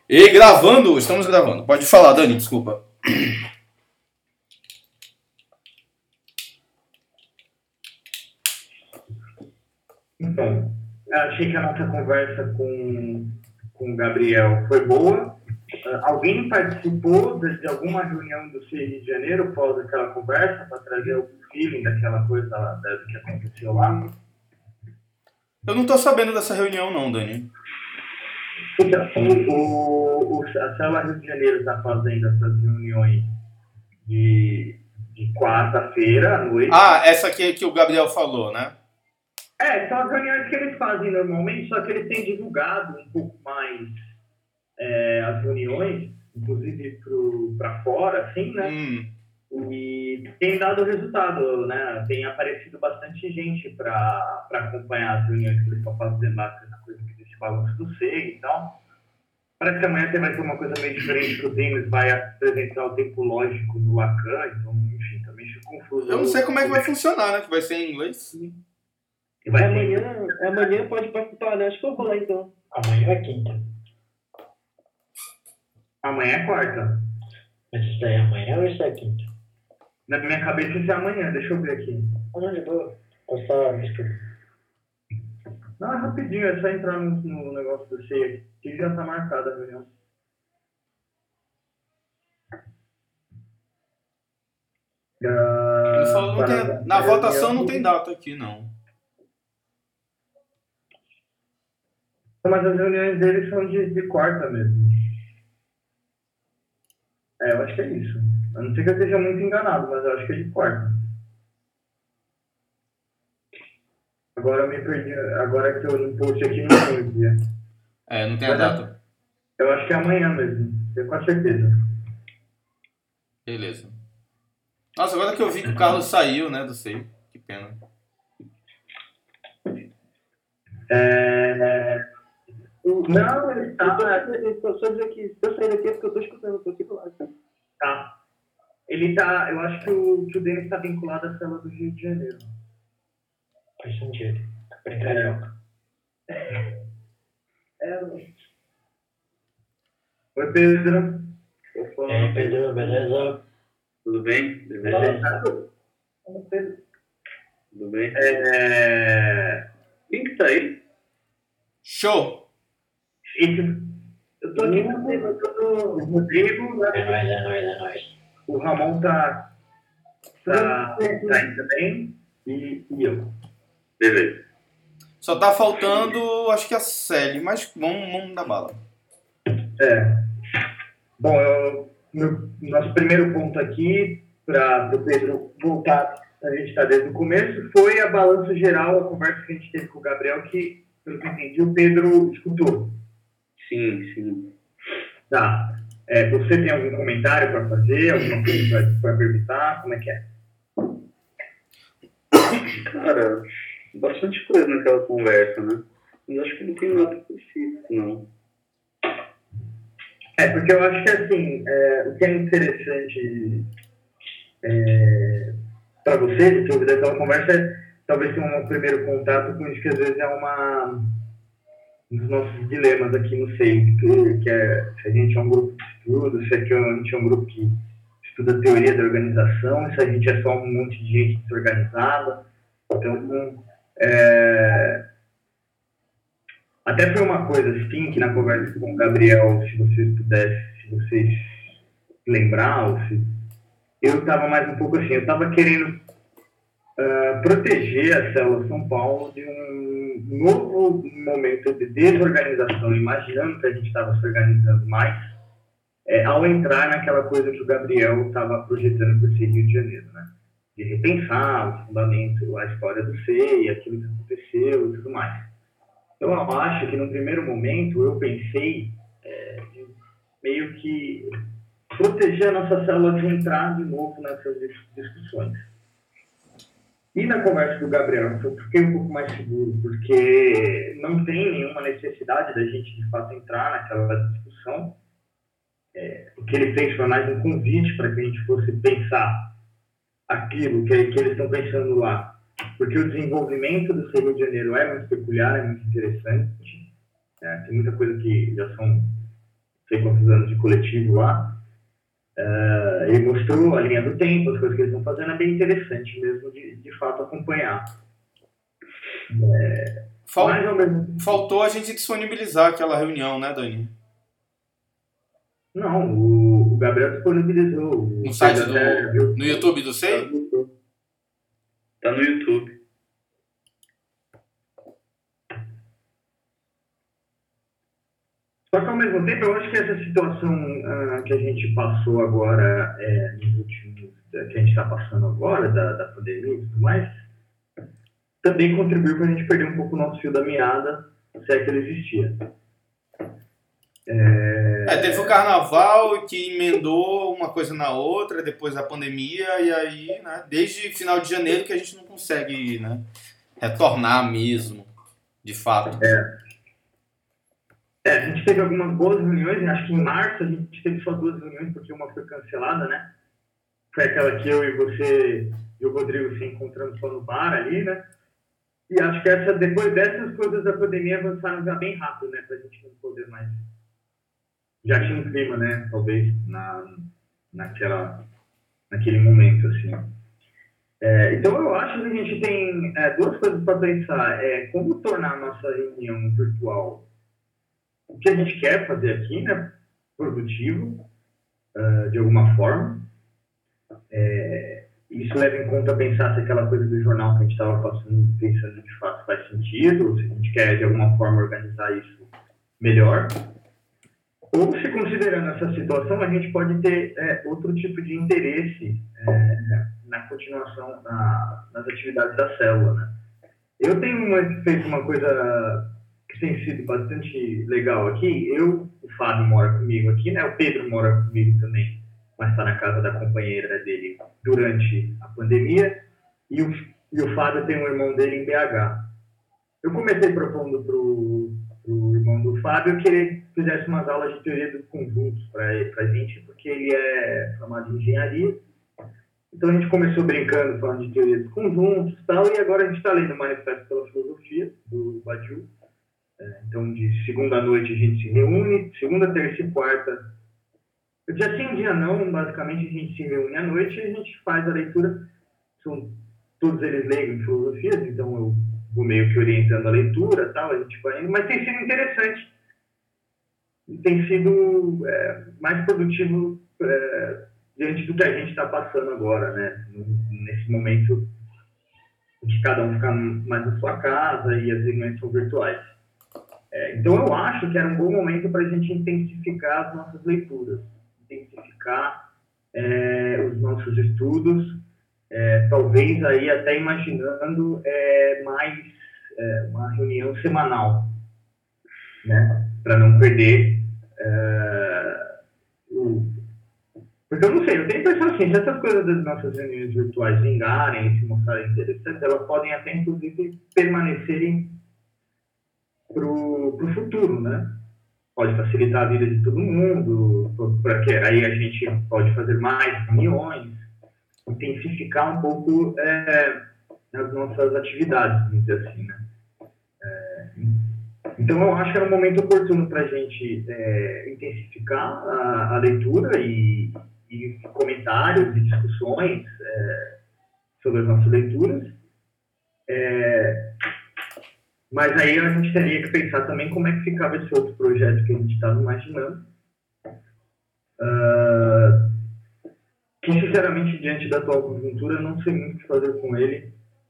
E gravando, estamos gravando. Pode falar, Dani, desculpa. Então, eu achei que a nossa conversa com o Gabriel foi boa. Alguém participou de alguma reunião do CIE Rio de Janeiro após aquela conversa para trazer o feeling daquela coisa lá, do que aconteceu lá? Eu não tô sabendo dessa reunião não, Dani. Então, a Célula Rio de Janeiro está fazendo essas reuniões de quarta-feira à noite. Ah, essa aqui que o Gabriel falou, né? São as reuniões que eles fazem normalmente, só que eles têm divulgado um pouco mais as reuniões, inclusive para fora, assim, né? E tem dado resultado, né? Tem aparecido bastante gente para acompanhar as reuniões que eles estão fazendo lá, essa coisa que desse balanço do SEG e tal. Parece que amanhã vai ter uma coisa meio diferente, que o Denis vai apresentar o tempo lógico no Lacan, então, enfim, também fico confuso. Eu não sei como é que vai funcionar, né? Que vai ser em inglês. Amanhã pode participar, né? Acho que eu vou lá então. Amanhã é quinta. Amanhã é quarta. Mas isso é amanhã ou isso é quinta? Na minha cabeça isso é amanhã, deixa eu ver aqui. Não, de boa. Posso só desculpa. Não, é rapidinho, é só entrar no negócio do CEI que já tá marcada a reunião. Na votação não tem data aqui, não. Mas as reuniões deles são de quarta mesmo. Eu acho que é isso. A não ser que eu esteja muito enganado, mas eu acho que é de quarta. Agora eu me perdi. Agora que eu no post aqui não tem o dia. Não tem a data. Eu acho que é amanhã mesmo. Tenho quase certeza. Beleza. Nossa, agora que eu vi que o Carlos saiu, né, do SEI. Que pena. Não, ele tá. Só dizer que se eu sair daqui é porque eu tô escutando, tô aqui do lado. Tá. Ele tá. Eu acho que o Denis tá vinculado à célula do Rio de Janeiro. Faz sentido. Bem carioca. Oi, Pedro. E aí, Pedro, beleza? Tudo bem? Beleza? Tudo bem? Quem que tá aí? Show! Eu tô aqui com o Rodrigo, né? É nóis. O Ramon tá aí também e eu. Beleza. Só tá faltando, acho que a Célia, mas vamos dar bala. Bom, nosso primeiro ponto aqui, para o Pedro voltar, a gente está desde o começo, foi a balanço geral, a conversa que a gente teve com o Gabriel, que, pelo que eu entendi, o Pedro escutou. Sim. Tá. Você tem algum comentário para fazer? Alguma coisa para perguntar? Como é que é? Cara, bastante coisa naquela conversa, né? Mas acho que não tem nada específico, não. Porque eu acho que, assim, o que é interessante para você, de ouvir daquela conversa, é talvez ter um primeiro contato com isso, que às vezes é um dos nossos dilemas aqui no SEI, que é se a gente é um grupo de estudo, se a gente é um grupo que estuda a teoria da organização, se a gente é só um monte de gente desorganizada. Então, até foi uma coisa assim, que na conversa com o Gabriel, se vocês lembrar, eu estava mais um pouco assim, eu estava querendo proteger a Célula São Paulo de um novo momento de desorganização, imaginando que a gente estava se organizando mais, ao entrar naquela coisa que o Gabriel estava projetando para o Rio de Janeiro, né? De repensar os fundamentos, a história do SEI, aquilo que aconteceu e tudo mais. Então, eu acho que no primeiro momento eu pensei de meio que proteger a nossa célula de entrar de novo nessas discussões. E na conversa do Gabriel, eu fiquei um pouco mais seguro, porque não tem nenhuma necessidade da gente, de fato, entrar naquela discussão. O que ele fez foi mais um convite para que a gente fosse pensar aquilo que eles estão pensando lá. Porque o desenvolvimento do Rio de Janeiro é muito peculiar, é muito interessante. Tem muita coisa que já são sei quantos anos de coletivo lá. Ele mostrou a linha do tempo, as coisas que eles estão fazendo, é bem interessante mesmo de fato acompanhar. Mas ao mesmo Faltou a gente disponibilizar aquela reunião, né, Dani? Não, o Gabriel disponibilizou. No site no YouTube do SEI? Tá no YouTube. Só que ao mesmo tempo, eu acho que essa situação que a gente passou agora, nos últimos, que a gente está passando agora, da pandemia e tudo mais, também contribuiu para a gente perder um pouco o nosso fio da meada, se é que ele existia. Teve o carnaval que emendou uma coisa na outra, depois da pandemia, e aí, né, desde final de janeiro que a gente não consegue, né, retornar mesmo, de fato. A gente teve algumas boas reuniões, e acho que em março a gente teve só 2 reuniões, porque uma foi cancelada, né? Foi aquela que eu e você e o Rodrigo se encontramos só no bar ali, né? E acho que depois dessas coisas da pandemia avançaram já bem rápido, né? Pra gente não poder mais. Já tinha um clima, né? Talvez, naquele momento, assim. Então eu acho que a gente tem 2 coisas para pensar. Como tornar a nossa reunião virtual o que a gente quer fazer aqui, né? Produtivo, de alguma forma. Isso leva em conta pensar se aquela coisa do jornal que a gente estava pensando de fato faz sentido, ou se a gente quer de alguma forma organizar isso melhor. Ou se considerando essa situação, a gente pode ter outro tipo de interesse na continuação nas atividades da célula, né? Eu tenho feito uma coisa que tem sido bastante legal aqui. O Fábio mora comigo aqui, né? O Pedro mora comigo também, mas está na casa da companheira dele durante a pandemia. E o Fábio tem um irmão dele em BH. Eu comecei propondo pro irmão do Fábio que ele fizesse umas aulas de teoria dos conjuntos para gente, porque ele é formado em engenharia. Então a gente começou brincando, falando de teoria dos conjuntos e tal, e agora a gente está lendo o Manifesto pela Filosofia, do Badiou. Então, de segunda à noite a gente se reúne, segunda, terça e quarta. Dia sim, dia não, basicamente a gente se reúne à noite e a gente faz a leitura. São todos eles leigos em filosofias, então eu vou meio que orientando a leitura, tal, a gente vai indo, mas tem sido interessante. Tem sido mais produtivo diante do que a gente está passando agora, né? Nesse momento em que cada um fica mais na sua casa e as reuniões são virtuais. Então eu acho que era um bom momento para a gente intensificar as nossas leituras, intensificar os nossos estudos, talvez aí até imaginando mais uma reunião semanal, né? Para não perder Porque eu não sei, eu tenho a impressão assim, se essas coisas das nossas reuniões virtuais vingarem e se mostrarem interessantes, elas podem até inclusive permanecerem para o futuro, né? Pode facilitar a vida de todo mundo, porque aí a gente pode fazer mais reuniões, intensificar um pouco as nossas atividades, vamos dizer assim, né? Então eu acho que era um momento oportuno para a gente intensificar a leitura e comentários e discussões sobre as nossas leituras. Mas aí a gente teria que pensar também como é que ficava esse outro projeto que a gente estava imaginando. Que, sinceramente, diante da atual conjuntura, eu não sei muito o que fazer com ele.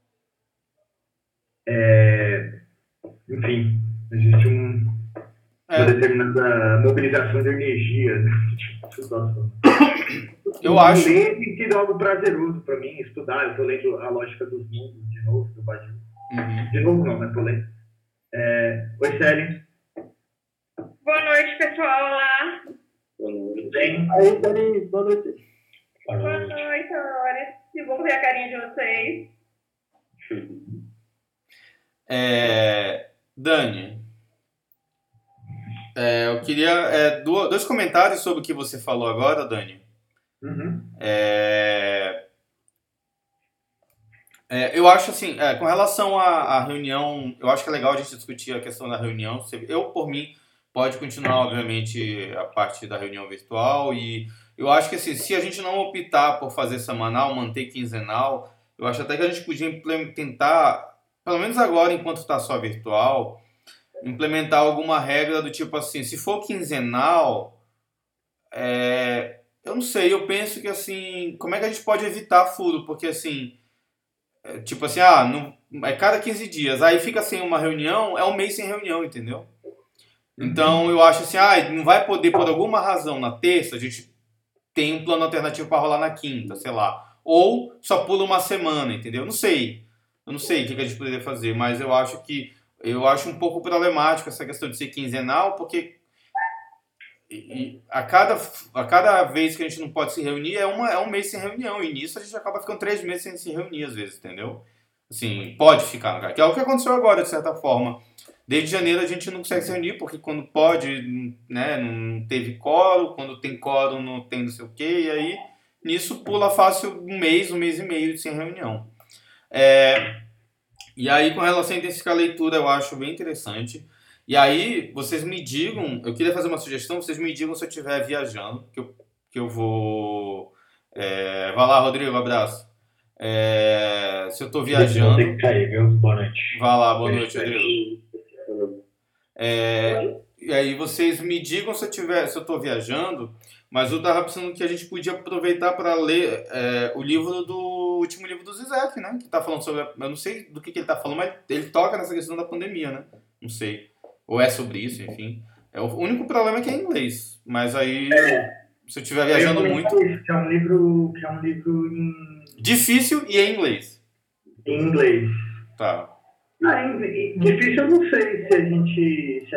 Enfim, existe uma determinada mobilização de energia nesse tipo de situação. Eu acho. Ler tem sido algo prazeroso para mim, estudar. Eu estou lendo A Lógica dos Mundos de novo, do Badiou. De novo não, mas estou lendo. Oi, Célia. Boa noite, pessoal. Olá. Boa noite. Bem? Aí, Dani, boa noite. Boa noite, Aurora. Que bom ver a carinha de vocês. Dani, eu queria 2 comentários sobre o que você falou agora, Dani. Uhum. Eu acho assim, com relação à reunião, eu acho que é legal a gente discutir a questão da reunião. Eu, por mim, pode continuar, obviamente, a parte da reunião virtual e eu acho que assim, se a gente não optar por fazer semanal, manter quinzenal, eu acho até que a gente podia tentar, pelo menos agora, enquanto está só virtual, implementar alguma regra do tipo assim, se for quinzenal, eu não sei, eu penso que assim, como é que a gente pode evitar furo? Porque assim, tipo assim, não, é cada 15 dias, aí fica sem uma reunião, é um mês sem reunião, entendeu? Então eu acho assim, não vai poder, por alguma razão, na terça, a gente tem um plano alternativo para rolar na quinta, sei lá. Ou só pula uma semana, entendeu? Eu não sei o que a gente poderia fazer, mas eu acho um pouco problemático essa questão de ser quinzenal, porque a cada vez que a gente não pode se reunir é um mês sem reunião, e nisso a gente acaba ficando 3 meses sem se reunir às vezes, entendeu? Assim, pode ficar, cara, que é o que aconteceu agora, de certa forma. Desde janeiro a gente não consegue se reunir, porque quando pode, né, não teve quórum, quando tem quórum não tem não sei o quê, e aí nisso pula fácil um mês e meio sem reunião. E aí com relação a intensificar a leitura eu acho bem interessante. E aí vocês me digam, eu queria fazer uma sugestão, vocês me digam se eu estiver viajando, que eu vou... vai lá, Rodrigo, abraço. Se eu tô viajando... Vou ter que cair, viu? Boa noite. Vai lá, boa noite, Rodrigo. E aí vocês me digam se eu estou viajando, mas eu estava pensando que a gente podia aproveitar para ler o último livro do Zizek, né? Que está falando sobre... eu não sei do que ele está falando, mas ele toca nessa questão da pandemia, né? Não sei. Ou é sobre isso, enfim. O único problema é que é em inglês. Mas aí, se eu estiver viajando muito... Que é um livro em difícil e em inglês. Em inglês. Tá. Difícil eu não sei se a gente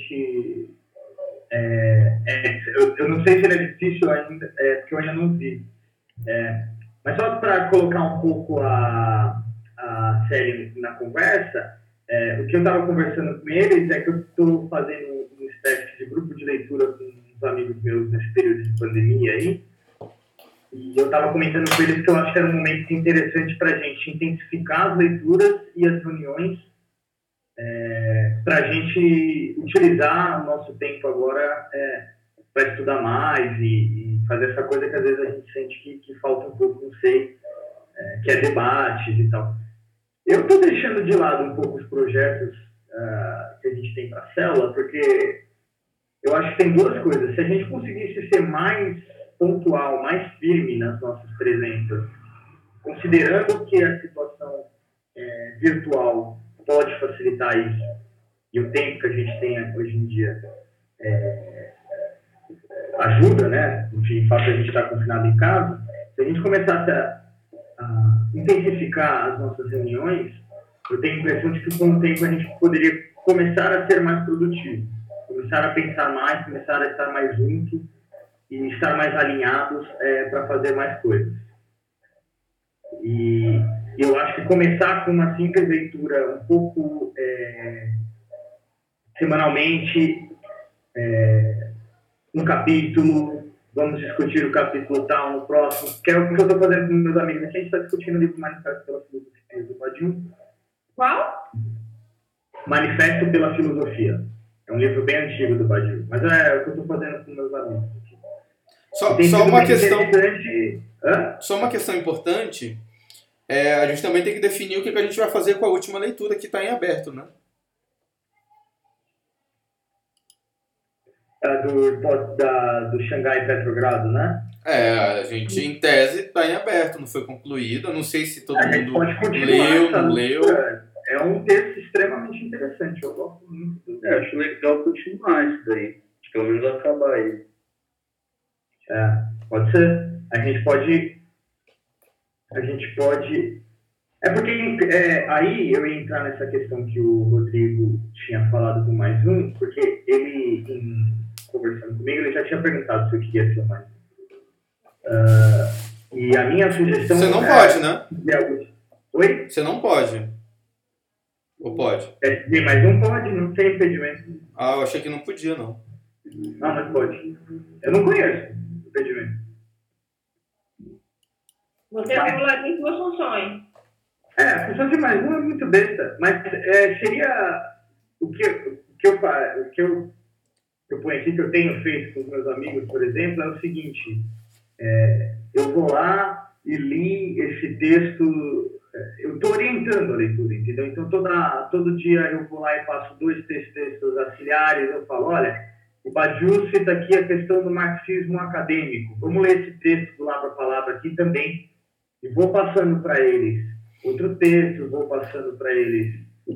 eu não sei se ele é difícil ainda, porque eu ainda não vi. Mas só para colocar um pouco a série na conversa, o que eu estava conversando com eles é que eu estou fazendo uma espécie de grupo de leitura com uns amigos meus nesse período de pandemia aí. E eu estava comentando com eles que eu acho que era um momento interessante para a gente intensificar as leituras e as reuniões, para a gente utilizar o nosso tempo agora para estudar mais e fazer essa coisa que às vezes a gente sente que falta um pouco, não sei, que é debates e tal. Eu estou deixando de lado um pouco os projetos que a gente tem para a célula, porque eu acho que tem duas coisas. Se a gente conseguisse ser mais pontual, mais firme nas nossas presenças, considerando que a situação virtual pode facilitar isso, e o tempo que a gente tem hoje em dia ajuda, né? Enfim, o fato de a gente estar confinado em casa, se a gente começasse a intensificar as nossas reuniões, eu tenho a impressão de que com o tempo a gente poderia começar a ser mais produtivo, começar a pensar mais, começar a estar mais juntos, e estar mais alinhados para fazer mais coisas. E eu acho que começar com uma simples leitura um pouco semanalmente, um capítulo, vamos discutir o capítulo tal no próximo, que é o que eu estou fazendo com meus amigos. Aqui a gente está discutindo o livro Manifesto pela Filosofia do Badiou. Qual? Manifesto pela Filosofia. É um livro bem antigo do Badiou, mas é o que eu estou fazendo com meus amigos. Só uma questão importante, a gente também tem que definir o que a gente vai fazer com a última leitura que está em aberto, né? Do Xangai Petrogrado, né? A gente, em tese, está em aberto, não foi concluído. Eu não sei se todo mundo leu, não leu. É um texto extremamente interessante, eu gosto muito. Acho legal continuar isso daí. Pelo menos acabar aí. Pode ser. A gente pode. É porque aí eu ia entrar nessa questão que o Rodrigo tinha falado com mais um, porque ele, conversando comigo, ele já tinha perguntado se eu queria ser mais um. E a minha sugestão... Você não pode, né? Oi? Você não pode. Ou pode? Ter mais um pode, não tem impedimento. Eu achei que não podia, não. Não, mas pode. Eu não conheço impedimento. Você acumula em suas funções. A função de mais um é muito besta, mas seria o que eu que eu ponho aqui, que eu tenho feito com os meus amigos, por exemplo, é o seguinte, eu vou lá e li esse texto, eu estou orientando a leitura, entendeu? Então, todo dia eu vou lá e passo 2, 3 textos auxiliares, eu falo, olha, o Badiou cita aqui a questão do marxismo acadêmico, vamos ler esse texto do Lado a Palavra aqui também, e vou passando para eles outro texto, vou passando para eles,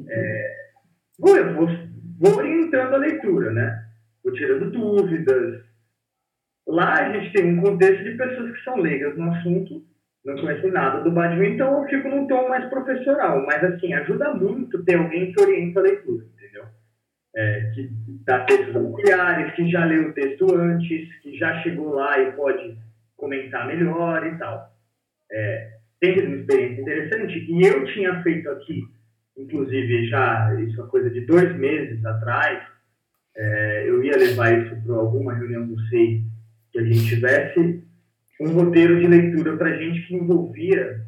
vou orientando a leitura, né? Vou tirando dúvidas. Lá a gente tem um contexto de pessoas que são leigas no assunto, não conhecem nada do Badiou, então eu fico num tom mais professoral, mas assim, ajuda muito ter alguém que orienta a leitura, entendeu? Que dá textos auxiliares, que já leu o texto antes, que já chegou lá e pode comentar melhor e tal. Tem sido uma experiência interessante, e eu tinha feito aqui, inclusive já, isso é uma coisa de 2 meses atrás, eu ia levar isso para alguma reunião do SEI, que a gente tivesse um roteiro de leitura para a gente que envolvia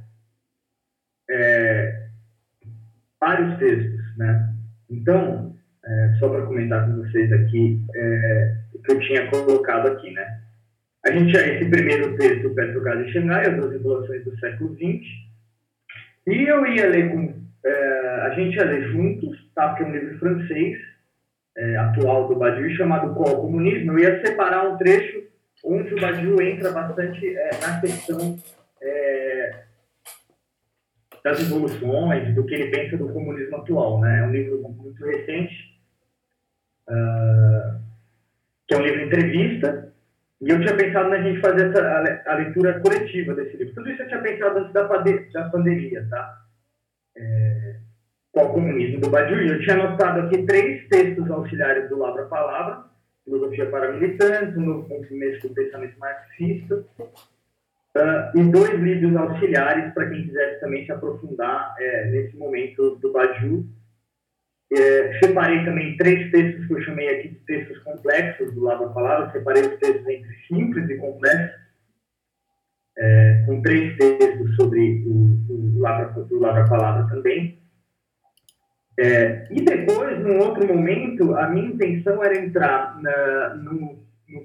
vários textos, né? Então, só para comentar com vocês aqui o que eu tinha colocado aqui, né? A gente tinha esse primeiro texto, Petrogás e Xangai, as 2 revoluções do século XX, e eu ia ler a gente ia ler juntos, tá? Porque é um livro francês, atual do Badiou, chamado Qual o Comunismo. Eu ia separar um trecho onde o Badiou entra bastante na questão das evoluções, do que ele pensa do comunismo atual, né? É um livro muito recente, que é um livro entrevista, e eu tinha pensado na gente fazer a leitura coletiva desse livro. Tudo isso eu tinha pensado antes da pandemia, tá? Qual o Comunismo do Badiou. Eu tinha anotado aqui 3 textos auxiliares do Labra Palavra, Filosofia para Militantes, Um Novo Começo do Pensamento Marxista, e 2 livros auxiliares para quem quisesse também se aprofundar nesse momento do Badiou. Separei também 3 textos que eu chamei aqui de textos complexos do Labra Palavra, separei os textos entre simples e complexos, com 3 textos sobre o Labra Palavra também. E depois, num outro momento, a minha intenção era entrar num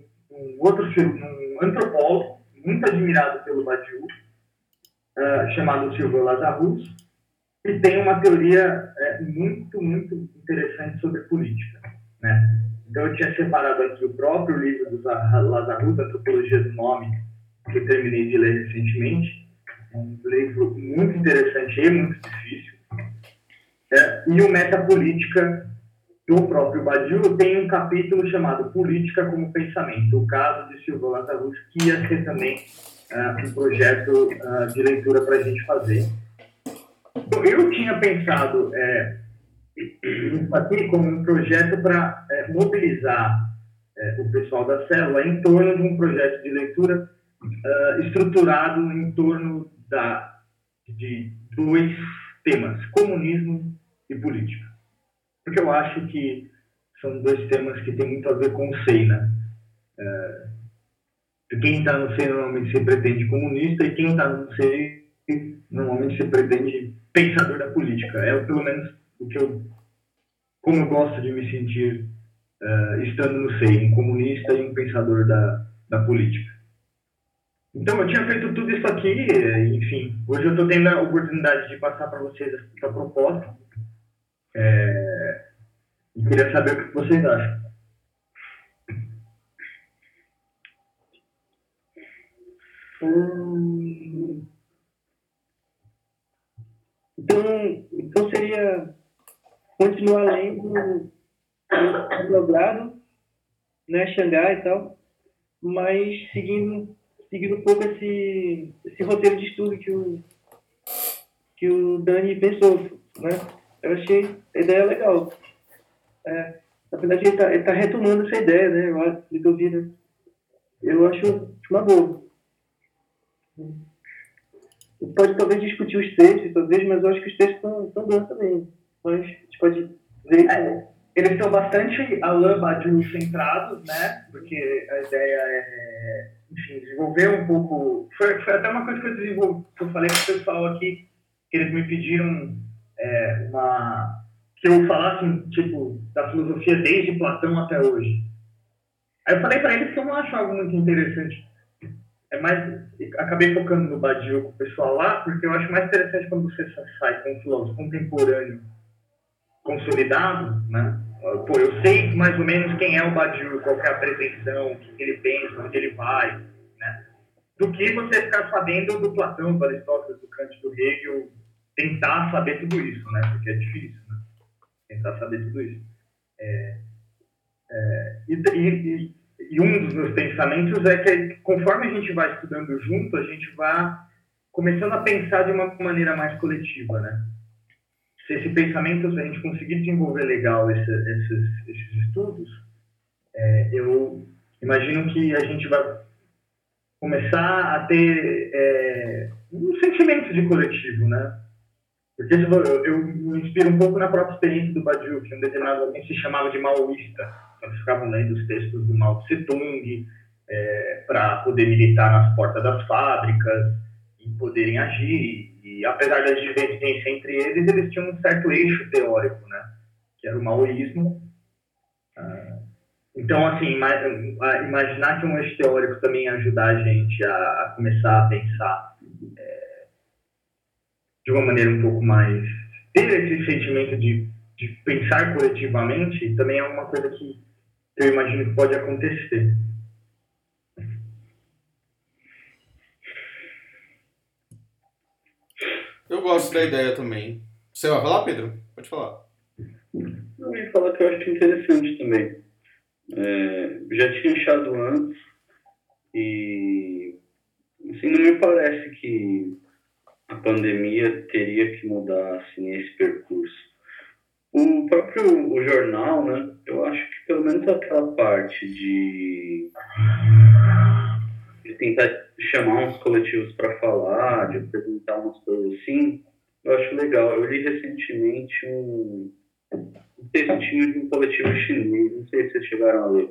antropólogo muito admirado pelo Badiou, chamado Silvio Lazarus, que tem uma teoria muito, muito interessante sobre política, né? Então, eu tinha separado aqui o próprio livro do Lazarus, Antropologia do Nome, que eu terminei de ler recentemente. É um livro muito interessante e muito difícil. E o Metapolítica do próprio Badiou tem um capítulo chamado Política como Pensamento, o caso de Silvio Lazarus, que ia ser também um projeto de leitura para a gente fazer. Eu tinha pensado isso aqui como um projeto para mobilizar o pessoal da célula em torno de um projeto de leitura estruturado em torno de 2 temas, comunismo e política. Porque eu acho que são 2 temas que têm muito a ver com o SEI, né? Quem está no SEI normalmente se pretende comunista, e quem está no SEI normalmente se pretende pensador da política. Pelo menos como eu gosto de me sentir estando no SEI, um comunista e um pensador da política. Então, eu tinha feito tudo isso aqui, enfim, hoje eu estou tendo a oportunidade de passar para vocês essa proposta, e queria saber o que vocês acham. Então seria continuar lendo o Belgrado, né, Xangai e tal, mas seguindo um pouco esse roteiro de estudo que o Dani pensou, né? Eu achei a ideia legal. Na verdade, ele tá retomando essa ideia, né? Eu acho uma boa. Pode talvez discutir os textos, talvez, mas eu acho que os textos estão bons também. Mas a gente pode ver. Eles são bastante Alain Badiou centrados, né? Porque a ideia é, enfim, desenvolver um pouco. Foi até uma coisa que eu desenvolvi, que eu falei com o pessoal aqui, que eles me pediram que eu falasse, tipo, da filosofia desde Platão até hoje. Aí eu falei para eles que eu não acho algo muito interessante. É mais, acabei focando no Badiou com o pessoal lá, porque eu acho mais interessante quando você sai com um filósofo contemporâneo consolidado, né? Pô, eu sei mais ou menos quem é o Badiou, qual é a pretensão, o que ele pensa, onde ele vai, né? Do que você ficar sabendo do Platão, do Aristóteles, do Kant, do Hegel, tentar saber tudo isso, né? Porque é difícil, né? Tentar saber tudo isso. E um dos meus pensamentos é que conforme a gente vai estudando junto, a gente vai começando a pensar de uma maneira mais coletiva, né? Se esse pensamento, se a gente conseguir desenvolver legal esses estudos, eu imagino que a gente vai começar a ter um sentimento de coletivo, né? Porque eu me inspiro um pouco na própria experiência do Badiou, que um determinado momento se chamava de maoísta. Eles ficavam lendo os textos do Mao Tse Tung para poder militar nas portas das fábricas e poderem agir. E apesar da divergência entre eles, eles tinham um certo eixo teórico, né? Que era o maoísmo. Então, assim, imaginar que um eixo teórico também ia ajudar a gente a começar a pensar de uma maneira um pouco mais... Ter esse sentimento de pensar coletivamente também é uma coisa que eu imagino que pode acontecer. Eu gosto da ideia também. Você vai falar, Pedro? Pode falar. Eu ia falar que eu acho interessante também. Já tinha achado antes e assim, não me parece que a pandemia teria que mudar assim, esse percurso. O próprio jornal, né? Eu acho que pelo menos aquela parte de tentar chamar uns coletivos para falar, de apresentar umas coisas assim, eu acho legal. Eu li recentemente um textinho de um coletivo chinês, não sei se vocês chegaram a ler.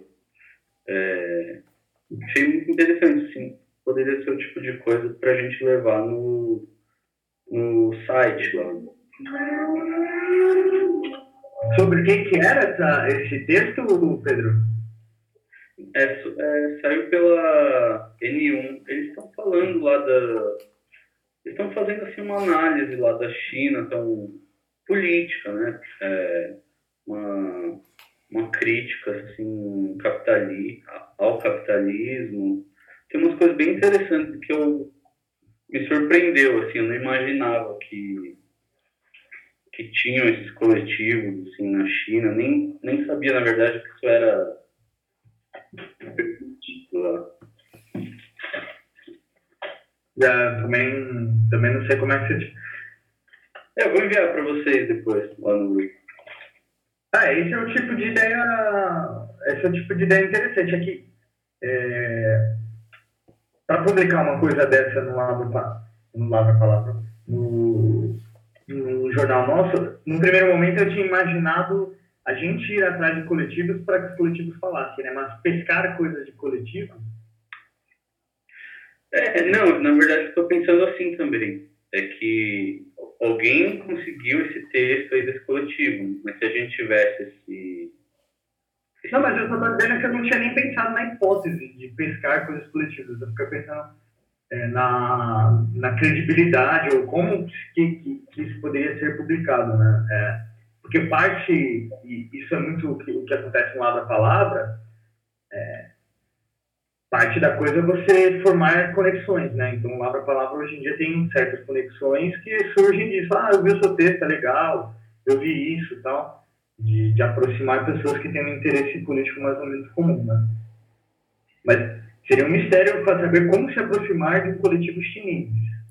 Achei muito interessante, assim. Poderia ser o tipo de coisa para a gente levar no site lá. Sobre o que era esse texto, Pedro? Saiu pela N1. Eles estão falando lá eles estão fazendo assim uma análise lá da China, política, né? Uma crítica assim ao capitalismo. Tem umas coisas bem interessantes que me surpreendeu, assim, eu não imaginava que tinham esses coletivos assim na China, nem sabia na verdade que isso era lá. Também não sei como é que você... Eu vou enviar para vocês depois lá no grupo. Esse é o tipo de ideia interessante. Aqui, para publicar uma coisa dessa no jornal nosso, no primeiro momento eu tinha imaginado a gente ir atrás de coletivos para que os coletivos falassem, né? Mas pescar coisas de coletivo... Não, na verdade estou pensando assim também. É que alguém conseguiu esse texto aí desse coletivo, mas se a gente tivesse esse... Não, mas eu só estou dizendo que eu não tinha nem pensado na hipótese de pescar coisas coletivas. Eu fiquei pensando na credibilidade ou como que isso poderia ser publicado, né? Porque e isso é muito o que acontece no lado da palavra, parte da coisa é você formar conexões, né? Então, lá a palavra hoje em dia tem certas conexões que surgem disso. Eu vi o seu texto, é legal, eu vi isso e tal. De aproximar pessoas que têm um interesse político mais ou menos comum, né? Mas seria um mistério para saber como se aproximar de um coletivo chinês.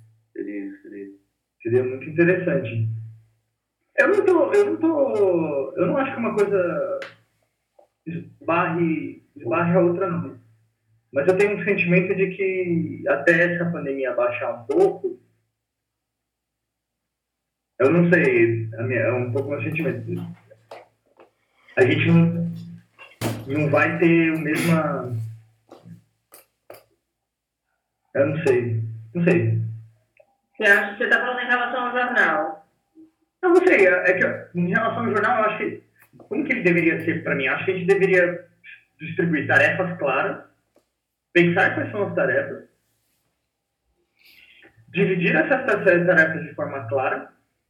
Seria muito interessante. Eu não acho que uma coisa esbarre a outra, não. Mas eu tenho um sentimento de que até essa pandemia baixar um pouco, eu não sei, é um pouco meu sentimento. A gente não vai ter o mesmo... Eu não sei. Você acha que você está falando em relação ao jornal? Eu não sei, é que em relação ao jornal, eu acho que... Como que ele deveria ser para mim? Acho que a gente deveria distribuir tarefas claras, pensar quais são as tarefas, dividir essas tarefas de forma clara,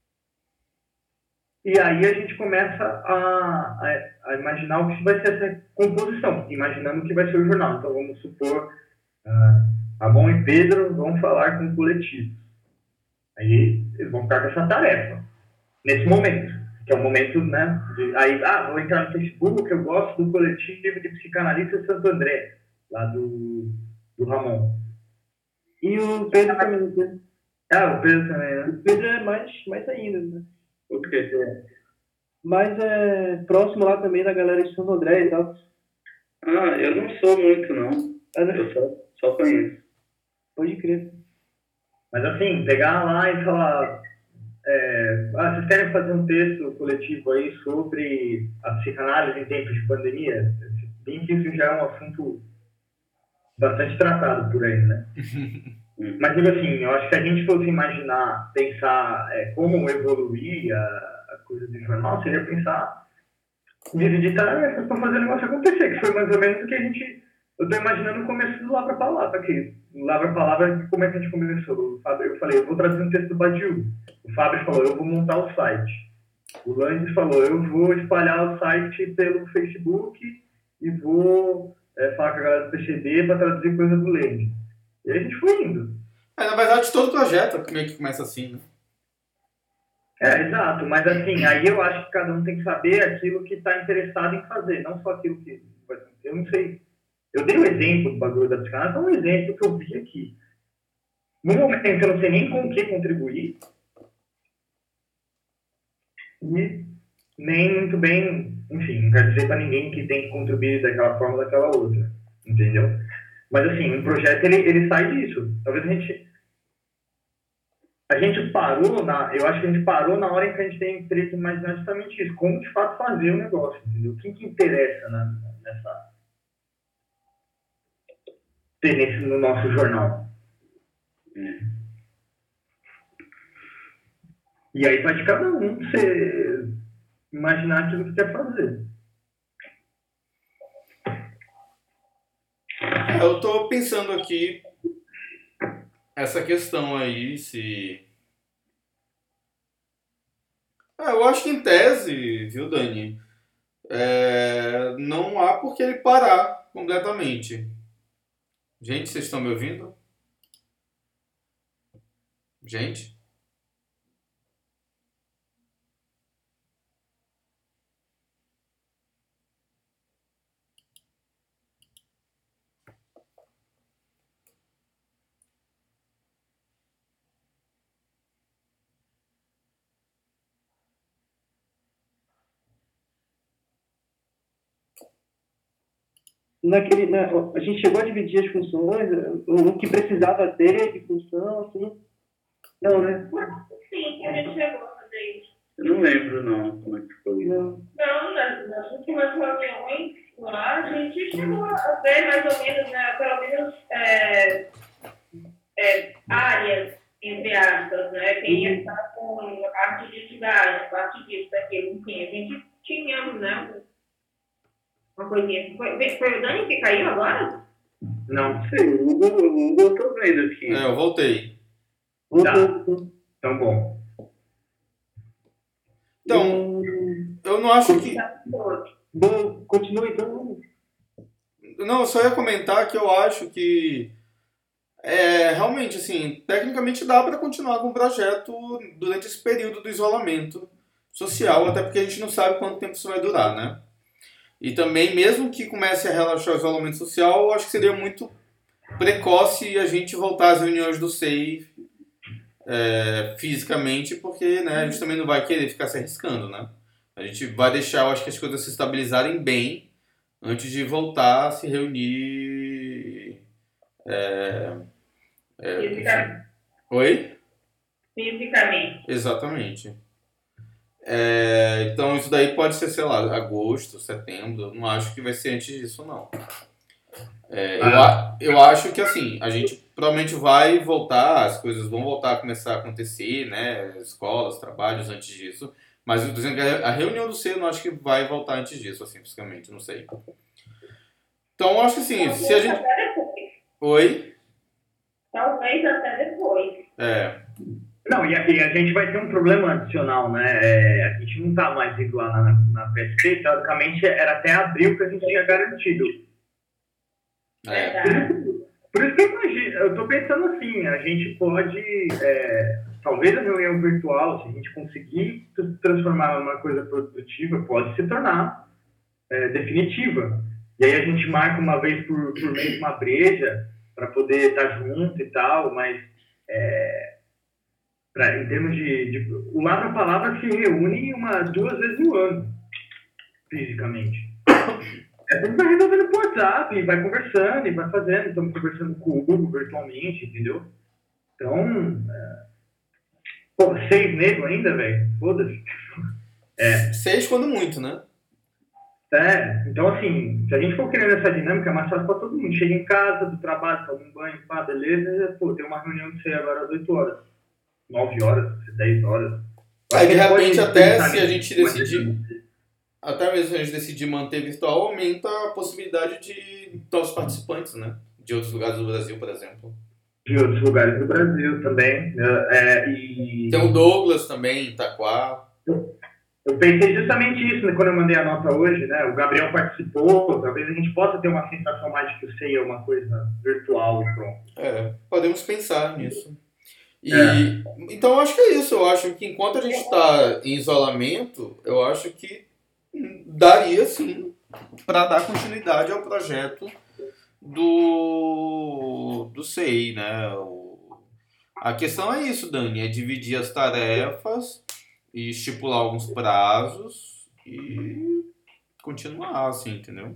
e aí a gente começa a imaginar o que vai ser essa composição, imaginando o que vai ser o jornal. Então, vamos supor, Ramon e Pedro vão falar com o coletivo. Aí eles vão ficar com essa tarefa, nesse momento, que é o momento, né, aí, vou entrar no Facebook, eu gosto do coletivo de psicanalistas Santo André, lá do Ramon. E o Pedro também, né? O Pedro também, né? O Pedro é mais ainda, né? O quê? Mas é próximo lá também da galera de Santo André e tal. Eu não sou muito, não. Eu só conheço. Pode crer. Mas assim, pegar lá e falar, vocês querem fazer um texto coletivo aí sobre a psicanálise em tempos de pandemia? Bem que isso já é um assunto bastante tratado por aí, né? Mas, tipo assim, eu acho que se a gente fosse imaginar, pensar como evoluir a coisa do jornal, seria pensar em dividir tarefas para fazer o negócio acontecer, que foi mais ou menos o que eu estou imaginando o começo do Lavra Palavra aqui. Lavra Palavra, como é que a gente começou? Eu falei, eu vou trazer um texto do Badiou. O Fábio falou, eu vou montar o site. O Landes falou, eu vou espalhar o site pelo Facebook e vou falar com a galera do PCD para traduzir coisa do Lênin. E aí a gente foi indo. Na verdade, todo projeto meio que começa assim, né? Exato. Mas assim, aí eu acho que cada um tem que saber aquilo que está interessado em fazer, não só aquilo que... Eu não sei. Eu dei um exemplo do bagulho da psicanálise, é um exemplo que eu vi aqui. No momento eu não sei nem com o que contribuir, e nem muito bem, enfim, não quero dizer para ninguém que tem que contribuir daquela forma ou daquela outra, entendeu? Mas assim, um projeto ele sai disso. Talvez a gente parou eu acho que a gente parou na hora em que a gente tem que imaginar justamente isso, como de fato fazer o negócio, entendeu? O que interessa no nosso jornal. E aí vai de cada um você imaginar aquilo que quer fazer. Eu tô pensando aqui essa questão aí, se... eu acho que em tese, viu, Dani, não há por que ele parar completamente. Gente, vocês estão me ouvindo? Gente? A gente chegou a dividir as funções, o que precisava ter de função, assim. Não, né? Sim, a gente chegou a fazer isso. Eu não lembro, não, como é que foi. Não. Não, nas últimas reuniões lá, a gente chegou a ver mais ou menos, né, pelo menos áreas, entre aspas, né? Quem ia estar com a parte de cidade, a parte disso, daquilo, enfim, a gente tinha, né? Uma coisinha. Foi o Dani que caiu agora? Não. Sei, o Hugo eu tô vendo aqui. Eu voltei. Tá. Então, bom. Então, eu não acho que... Bom, continua então. Não, eu só ia comentar que eu acho que realmente, assim, tecnicamente dá para continuar com o projeto durante esse período do isolamento social, até porque a gente não sabe quanto tempo isso vai durar, né? E também, mesmo que comece a relaxar o isolamento social, eu acho que seria muito precoce a gente voltar às reuniões do SEI fisicamente, porque, né, a gente também não vai querer ficar se arriscando, né? A gente vai deixar, eu acho que as coisas se estabilizarem bem antes de voltar a se reunir. Fisicamente. Oi? Fisicamente. Exatamente. Então isso daí pode ser, sei lá, agosto, setembro. Eu não acho que vai ser antes disso, não. Eu acho que assim, a gente provavelmente vai voltar, as coisas vão voltar a começar a acontecer, né? Escolas, trabalhos antes disso. Mas eu tô dizendo que a reunião do C eu não acho que vai voltar antes disso, assim, fisicamente, não sei. Então, eu acho que assim, se a Talvez gente... até depois. Oi? Talvez até depois. É. Não, e a gente vai ter um problema adicional, né? A gente não tá mais indo lá na PSP, teoricamente era até abril que a gente tinha garantido. Verdade. Por isso que eu tô pensando assim, a gente pode, talvez a reunião virtual, se a gente conseguir transformar numa coisa produtiva, pode se tornar definitiva. E aí a gente marca uma vez por mês uma breja para poder estar junto e tal, mas em termos o Lavra Palavra se reúne 2 vezes no ano, fisicamente. Tudo vai resolvendo por WhatsApp, e vai conversando, e vai fazendo. Estamos conversando com o Hugo virtualmente, entendeu? Então, 6 nego ainda, velho. Foda-se. 6 quando muito, né? Então assim, se a gente for criando essa dinâmica, é mais fácil pra todo mundo. Chega em casa, do trabalho, toma um banho, pá, beleza, pô, tem uma reunião de 6 agora às 8 horas, 9 horas, 10 horas. Aí, de repente, Pode até pensar se a gente nisso, decidir, até mesmo se a gente decidir manter virtual, aumenta a possibilidade de novos participantes, né? De outros lugares do Brasil, por exemplo. de outros lugares do Brasil também. E Tem o Douglas também, em Itaquá. eu pensei justamente isso, né, quando eu mandei a nota hoje, né? O Gabriel participou, talvez a gente possa ter uma sensação mais de que o SEI é uma coisa virtual e pronto. Podemos pensar nisso. Então, eu acho que é isso. Eu acho que enquanto a gente está em isolamento, eu acho que daria, sim, para dar continuidade ao projeto do SEI, né? A questão é isso, Dani, é dividir as tarefas e estipular alguns prazos e continuar, assim, entendeu?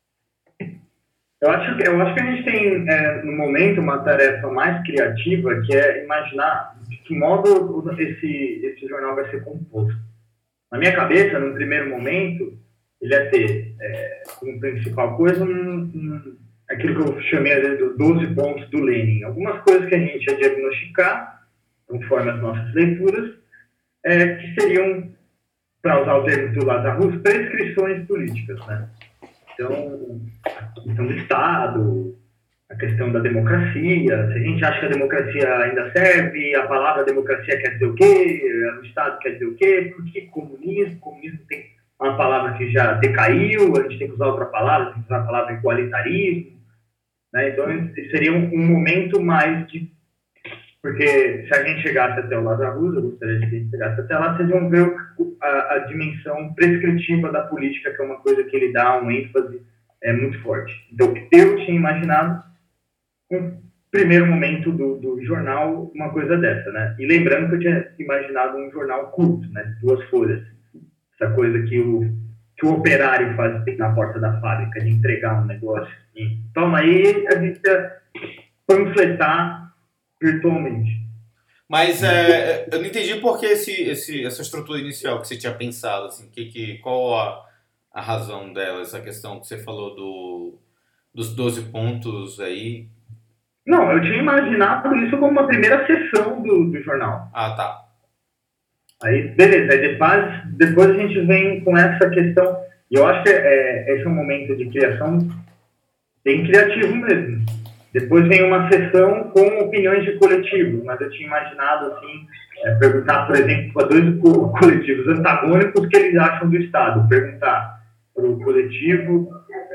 Eu acho que a gente tem, no momento, uma tarefa mais criativa, que é imaginar de que modo esse jornal vai ser composto. Na minha cabeça, no primeiro momento, ele ia ter como principal coisa aquilo que eu chamei às vezes dos 12 pontos do Lenin. Algumas coisas que a gente ia diagnosticar, conforme as nossas leituras, que seriam, para usar o termo do Lazarus, prescrições políticas, né? Então, a questão do Estado, a questão da democracia, se a gente acha que a democracia ainda serve, a palavra democracia quer dizer o quê, o Estado quer dizer o quê, por que comunismo? Comunismo tem uma palavra que já decaiu, a gente tem que usar outra palavra, tem que usar a palavra igualitarismo, né? Então, seria um momento mais de... Porque se a gente chegasse até o Lazarus, eu gostaria de que a gente chegasse até lá, vocês vão ver a dimensão prescritiva da política, que é uma coisa que ele dá um ênfase muito forte. Então, eu tinha imaginado, no primeiro momento do jornal, uma coisa dessa, né? E lembrando que eu tinha imaginado um jornal curto, né? De 2 folhas. Essa coisa que o operário faz na porta da fábrica, de entregar um negócio. E, toma aí, a gente ia panfletar virtualmente. Mas eu não entendi por que essa estrutura inicial que você tinha pensado, assim, qual a razão dela, essa questão que você falou dos 12 pontos aí. Não, eu tinha imaginado isso como uma primeira sessão do jornal. Ah, tá. Aí, beleza, aí depois a gente vem com essa questão, e eu acho que esse é um momento de criação bem criativo mesmo. Depois vem uma sessão com opiniões de coletivo, mas eu tinha imaginado, assim, perguntar, por exemplo, para 2 coletivos antagônicos o que eles acham do Estado. Perguntar para o coletivo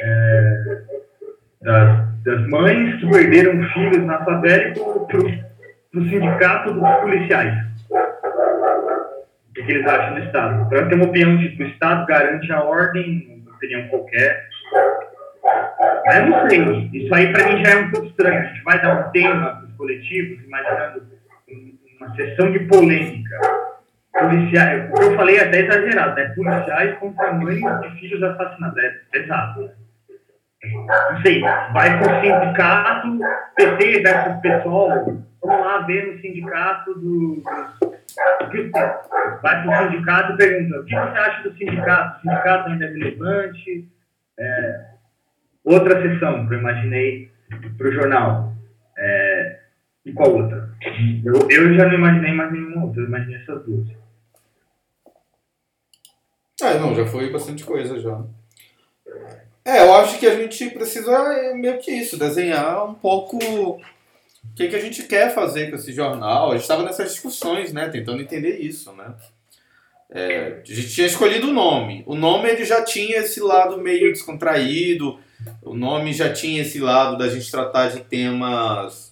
das mães que perderam filhos na favela e para o sindicato dos policiais. O que eles acham do Estado. Para ter uma opinião de que o Estado garante a ordem, uma opinião qualquer. Mas eu não sei, isso aí para mim já é um pouco estranho. A gente vai dar um tema para os coletivos, imaginando uma sessão de polêmica. Policiais, o que eu falei é até exagerado, né? Policiais contra mães de filhos assassinados. É pesado, né? Não sei, vai para o sindicato, PT versus PSOL, vamos lá ver no sindicato vai para o sindicato e pergunta, o que você acha do sindicato? O sindicato ainda é relevante? Outra sessão que eu imaginei para o jornal. E qual outra? Eu já não imaginei mais nenhuma outra, eu imaginei essas 2. Não, já foi bastante coisa já. Eu acho que a gente precisa meio que isso, desenhar um pouco o que a gente quer fazer com esse jornal. A gente estava nessas discussões, né, tentando entender isso, né. A gente tinha escolhido o nome. O nome ele já tinha esse lado meio descontraído, o nome já tinha esse lado da gente tratar de temas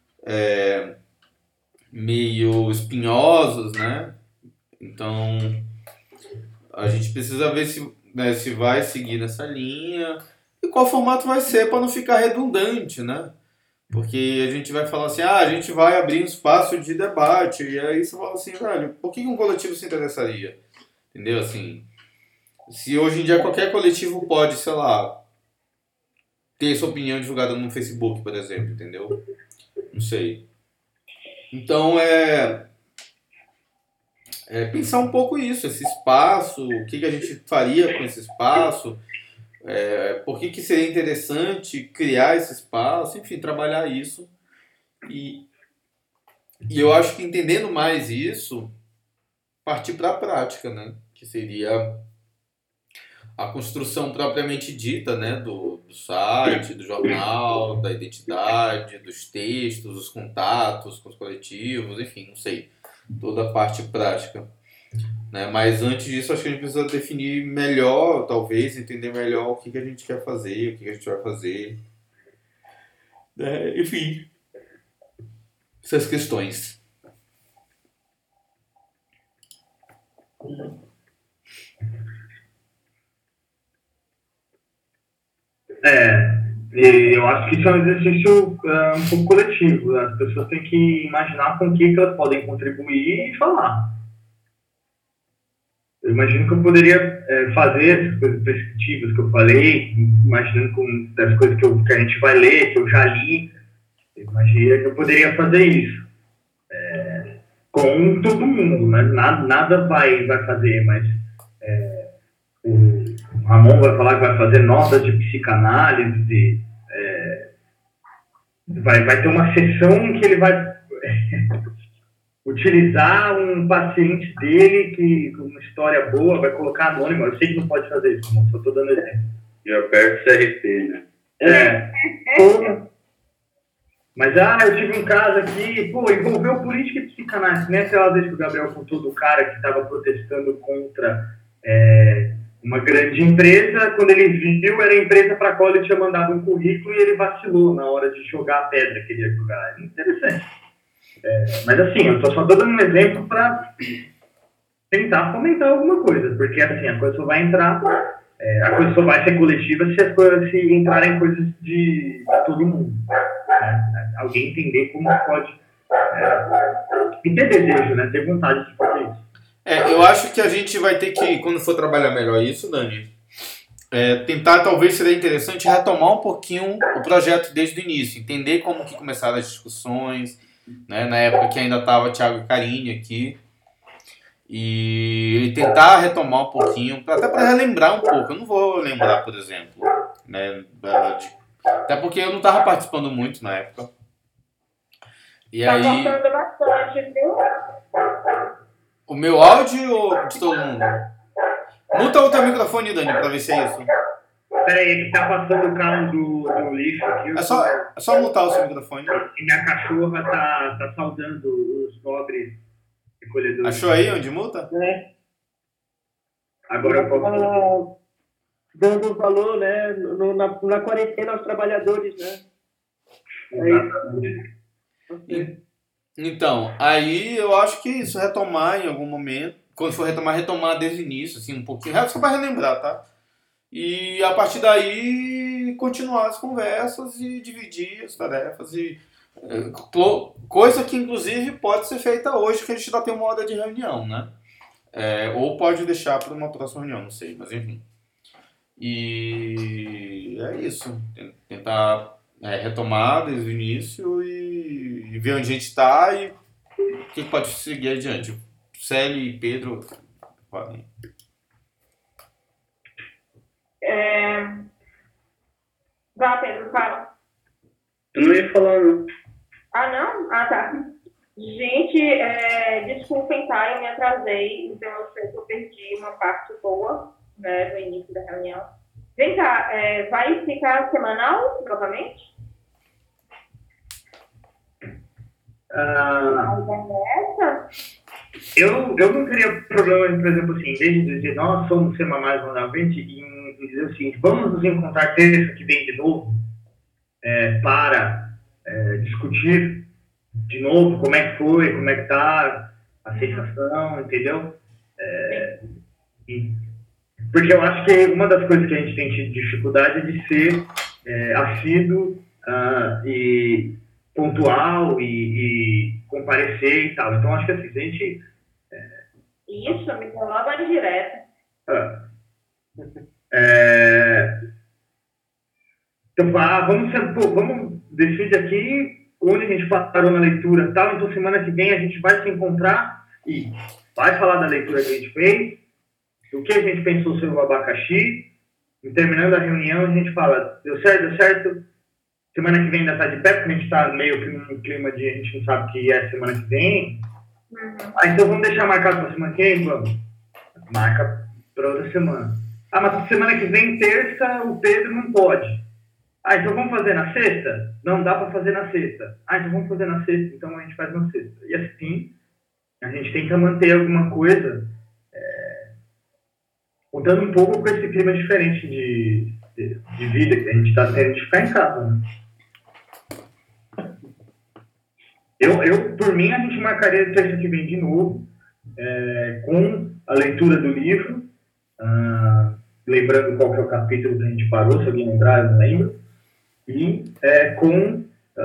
meio espinhosos, né? Então a gente precisa ver se, né, se vai seguir nessa linha e qual formato vai ser para não ficar redundante, né? Porque a gente vai falar assim, a gente vai abrir um espaço de debate, e aí você fala assim, velho, por que um coletivo se interessaria? Entendeu? Assim, se hoje em dia qualquer coletivo pode, sei lá, ter sua opinião divulgada no Facebook, por exemplo, entendeu? Não sei. Então pensar um pouco isso, esse espaço, o que a gente faria com esse espaço, por que seria interessante criar esse espaço, enfim, trabalhar isso. E eu acho que entendendo mais isso, partir para a prática, né? Que seria a construção propriamente dita, né? Do site, do jornal, da identidade, dos textos, os contatos com os coletivos, enfim, não sei. Toda a parte prática. Né? Mas antes disso, acho que a gente precisa definir melhor, talvez, entender melhor o que a gente quer fazer, o que a gente vai fazer. Enfim, essas questões. E eu acho que isso é um exercício um pouco coletivo. As pessoas têm que imaginar com o que elas podem contribuir e falar. Eu imagino que eu poderia fazer essas coisas prescritivas que eu falei, imaginando com das coisas que a gente vai ler, que eu já li. Eu imagino que eu poderia fazer isso. Com todo mundo, né? Nada vai fazer, mas o Ramon vai falar que vai fazer notas de psicanálise, vai ter uma sessão que ele vai utilizar um paciente dele que com uma história boa, vai colocar anônimo. Eu sei que não pode fazer isso, Ramon, só estou dando exemplo. E aperta o CRP, né? Mas, eu tive um caso aqui, envolveu política e psicanálise, né? Aquela vez que o Gabriel contou do cara que estava protestando contra uma grande empresa, quando ele viu, era a empresa para a qual ele tinha mandado um currículo e ele vacilou na hora de jogar a pedra que ele ia jogar. É interessante. Mas, assim, eu só estou dando um exemplo para tentar fomentar alguma coisa, porque, assim, a coisa só vai entrar, a coisa só vai ser coletiva se as coisas se entrarem coisas de todo mundo. Alguém entender como pode e ter desejo, né? Ter vontade de fazer isso. Eu acho que a gente vai ter que, quando for trabalhar melhor isso, Dani, tentar, talvez seria interessante retomar um pouquinho o projeto desde o início, entender como que começaram as discussões, né? Na época que ainda estava Thiago Carini aqui, e tentar retomar um pouquinho, até para relembrar um pouco. Eu não vou lembrar, por exemplo, né? Até porque eu não estava participando muito na época. E Tá aí... cortando bastante, viu? O meu áudio ou de todo mundo? Muta o teu microfone, Dani, pra ver se é isso. Peraí, que tá passando o carro do lixo aqui. É só mutar o seu microfone. E minha cachorra tá saudando os pobres recolhedores. Achou aí onde muta? Agora eu posso... Dando valor, né, na quarentena aos trabalhadores, né? Então, aí eu acho que isso, retomar em algum momento, quando for retomar desde o início, assim, um pouquinho, só para relembrar, tá? E a partir daí continuar as conversas e dividir as tarefas e coisa que inclusive pode ser feita hoje, que a gente ainda tem uma hora de reunião, né? Ou pode deixar para uma próxima reunião, não sei, mas enfim. E é isso, tentar retomar desde o início e ver onde a gente está e o que pode seguir adiante. Célia e Pedro, podem. Vá, Pedro, fala. Eu não ia falar, não. Ah, não? Ah, tá. Gente, desculpem, tá? Eu me atrasei, então eu sei que eu perdi uma parte boa, né, no início da reunião. Vem cá, vai ficar semanal novamente? Ah, A ideia é essa? eu não teria problema, por exemplo, assim, desde dizer nós somos semanais novamente, em dizer o seguinte, vamos nos encontrar terça que vem de novo para discutir de novo como é que foi, como é que tá a sensação, entendeu? E- Porque eu acho que uma das coisas que a gente tem tido dificuldade é de ser assíduo e pontual e comparecer e tal. Então, acho que assim, se a gente... Isso, me coloca direto. ah, é, então, vamos decidir aqui onde a gente parou na leitura e tal. Então, semana que vem a gente vai se encontrar e vai falar da leitura que a gente fez, o que a gente pensou sobre o abacaxi. E terminando a reunião, a gente fala, deu certo, deu certo. Semana que vem ainda está de pé, porque a gente está meio que num clima de a gente não sabe o que é semana que vem. Então vamos deixar marcado para semana que vem? Vamos. Marca para outra semana. Mas semana que vem, terça, o Pedro não pode. Então vamos fazer na sexta? Não dá para fazer na sexta. Então vamos fazer na sexta, então a gente faz na sexta. E assim, a gente tenta manter alguma coisa, contando um pouco com esse clima diferente de vida que a gente está tendo de ficar em casa, né? Por mim, a gente marcaria terça que vem de novo, com a leitura do livro, lembrando qual que é o capítulo que a gente parou, se alguém lembrar, eu não lembro, e com...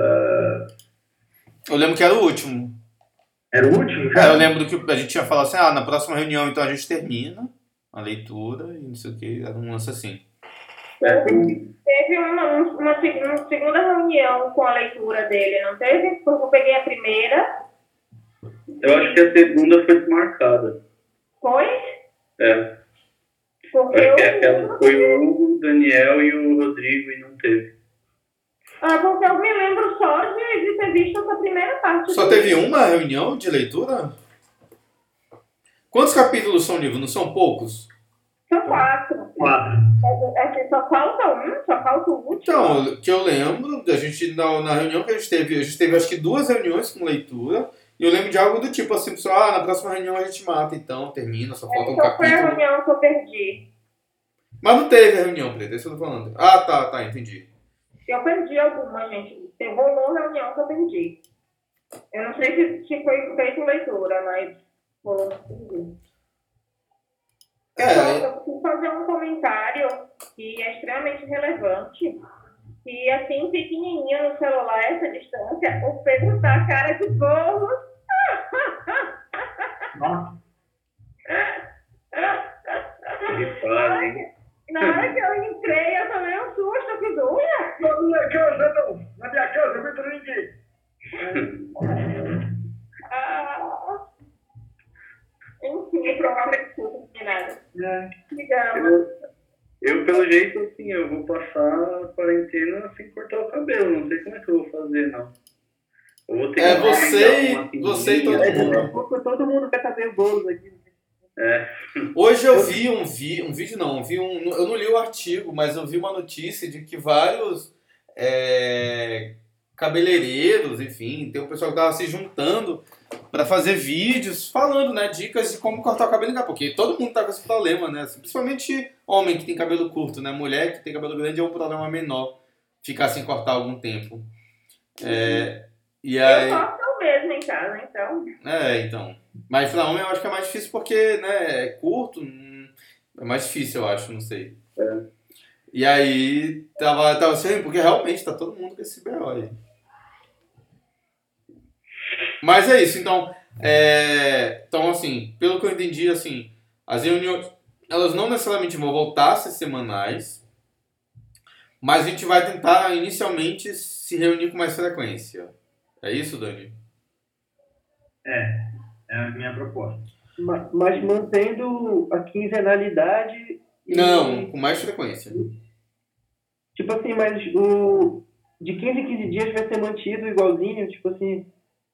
Eu lembro que era o último. Era o último já? Eu lembro que a gente tinha falado assim, na próxima reunião então a gente termina a leitura e não sei o que, era um lance assim. Teve uma segunda reunião com a leitura dele, não teve? Porque eu peguei a primeira. Eu acho que a segunda foi desmarcada. Foi? É. Porque Acho que aquela foi o Hugo, o Daniel e o Rodrigo e não teve. Porque eu me lembro só de ter visto essa primeira parte. Só teve uma reunião de leitura? Quantos capítulos são livros? Não são poucos? São 4. 4. Só falta um? Só falta o último? Então, que eu lembro, a gente, na reunião que a gente teve acho que 2 reuniões com leitura, e eu lembro de algo do tipo assim, pessoal, na próxima reunião a gente mata, então, termina, só falta um Então capítulo. foi a reunião que eu perdi. Mas não teve a reunião, Preta, é isso que eu tô falando. Tá, entendi. Eu perdi alguma, gente. Teve uma reunião que eu perdi. Eu não sei se foi feito leitura, mas eu perdi. Eu preciso fazer um comentário que é extremamente relevante. E assim, pequenininho no celular, essa distância, o Pedro tá a cara de bolo. Nossa. Que fase, hein? Na hora que eu entrei, eu tomei um susto. Eu fiz, ué? Na minha casa, não. Na minha casa, não entra ninguém. Enfim, provavelmente tudo, não nada. Digamos. Eu, pelo jeito, assim, eu vou passar a quarentena sem cortar o cabelo. Não sei como é que eu vou fazer, não. Eu vou ter que você e todo mundo. Todo mundo vai saber bolos aqui. Hoje eu vi um vídeo não, eu não li o artigo, mas eu vi uma notícia de que vários cabeleireiros, enfim, tem um pessoal que estava se juntando para fazer vídeos falando, né, dicas de como cortar o cabelo, porque todo mundo tá com esse problema, né, principalmente homem que tem cabelo curto, né, mulher que tem cabelo grande é um problema menor ficar sem cortar algum tempo. E aí... Eu corto mesmo em casa, então. Então. Mas pra homem eu acho que é mais difícil porque, né, é curto, é mais difícil, eu acho, não sei. E aí, tava assim, porque realmente tá todo mundo com esse BO aí. Mas é isso, então, então, assim, pelo que eu entendi, assim, as reuniões, elas não necessariamente vão voltar a ser semanais, mas a gente vai tentar, inicialmente, se reunir com mais frequência. É isso, Dani? É a minha proposta. Mas mantendo a quinzenalidade... Não, com mais frequência. Tipo assim, mas de 15 em 15 dias vai ser mantido igualzinho, tipo assim...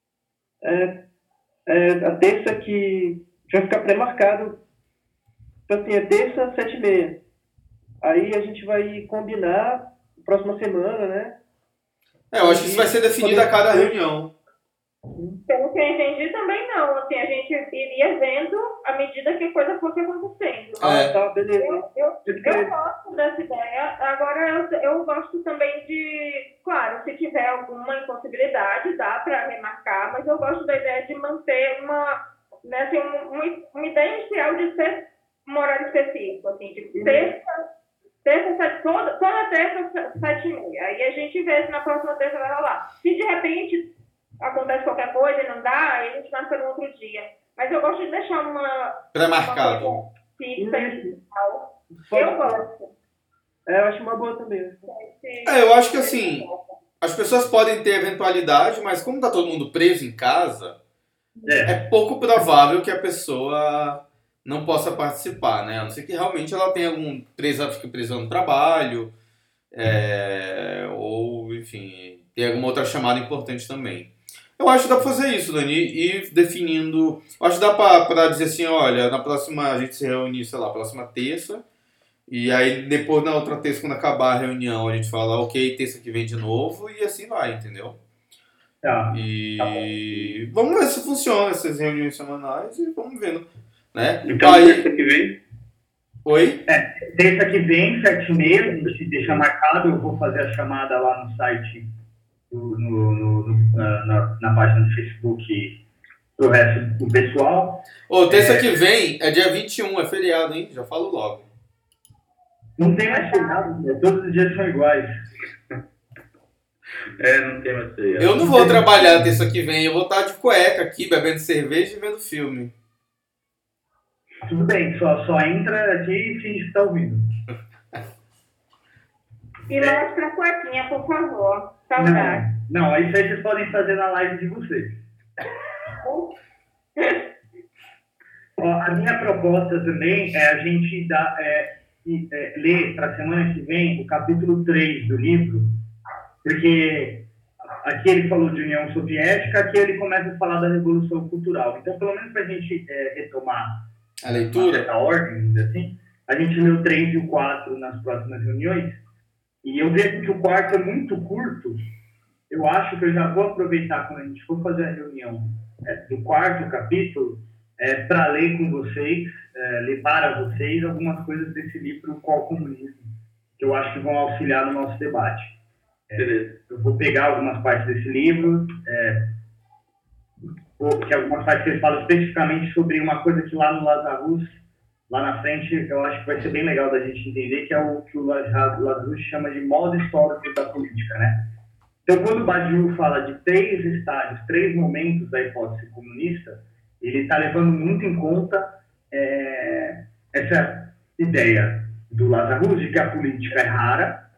a terça que vai ficar pré-marcado. Tipo assim, é terça, 7h30. Aí a gente vai combinar próxima semana, né? Eu acho que isso vai ser definido a cada reunião. Pelo que eu entendi também não, assim, a gente iria vendo à medida que a coisa fosse acontecendo. Tá, beleza. Eu gosto dessa ideia, agora eu gosto também de, claro, se tiver alguma impossibilidade, dá para remarcar, mas eu gosto da ideia de manter né, assim, uma ideia inicial de ser um horário específico, assim, de toda terça, 7h30. Aí a gente vê se na próxima terça vai rolar. Se de repente acontece qualquer coisa e não dá, aí a gente marca no outro dia. Mas eu gosto de deixar uma Pré-marcado. fixa e tal. Eu gosto. Eu acho uma boa também. Eu acho que assim, as pessoas podem ter eventualidade, mas como tá todo mundo preso em casa, é pouco provável que a pessoa não possa participar, né? A não ser que realmente ela tenha fique presa no trabalho, ou, enfim, tem alguma outra chamada importante também. Eu acho que dá pra fazer isso, Dani, ir definindo... Acho que dá pra dizer assim, olha, na próxima a gente se reúne, sei lá, próxima terça, e aí depois na outra terça, quando acabar a reunião, a gente fala, ok, terça que vem de novo, e assim vai, entendeu? Tá. E vamos ver se funciona essas reuniões semanais e vamos vendo, né? Então, terça que vem? Oi? Terça que vem, 7h30, a gente deixa marcado, eu vou fazer a chamada lá no site, na página do Facebook pro resto do pessoal. Terça que vem é dia 21, é feriado, hein? Já falo logo. Não tem mais feriado, né? Todos os dias são iguais. Não tem mais feriado. Eu não vou trabalhar terça que vem, eu vou estar de cueca aqui, bebendo cerveja e vendo filme. Tudo bem, só entra aqui e finge que tá ouvindo. E mostra a cuequinha, por favor. Saudade. Não, isso aí vocês podem fazer na live de vocês. A minha proposta também é a gente ler para a semana que vem o capítulo 3 do livro, porque aqui ele falou de União Soviética, aqui ele começa a falar da Revolução Cultural. Então, pelo menos para a gente retomar a leitura, essa ordem, assim, a gente lê o 3 e o 4 nas próximas reuniões, e eu vejo que o quarto é muito curto. Eu acho que eu já vou aproveitar quando a gente for fazer a reunião do quarto capítulo para ler com vocês, ler para vocês algumas coisas desse livro, Qual Comunismo, que eu acho que vão auxiliar no nosso debate. Eu vou pegar algumas partes desse livro, porque algumas partes que ele fala especificamente sobre uma coisa que lá no Lazarus, lá na frente, eu acho que vai ser bem legal da gente entender, que é o que o Lazarus chama de modo histórico da política, né? Então, quando o Badiou fala de 3 estágios, 3 momentos da hipótese comunista, ele está levando muito em conta essa ideia do Lazarus de que a política é rara,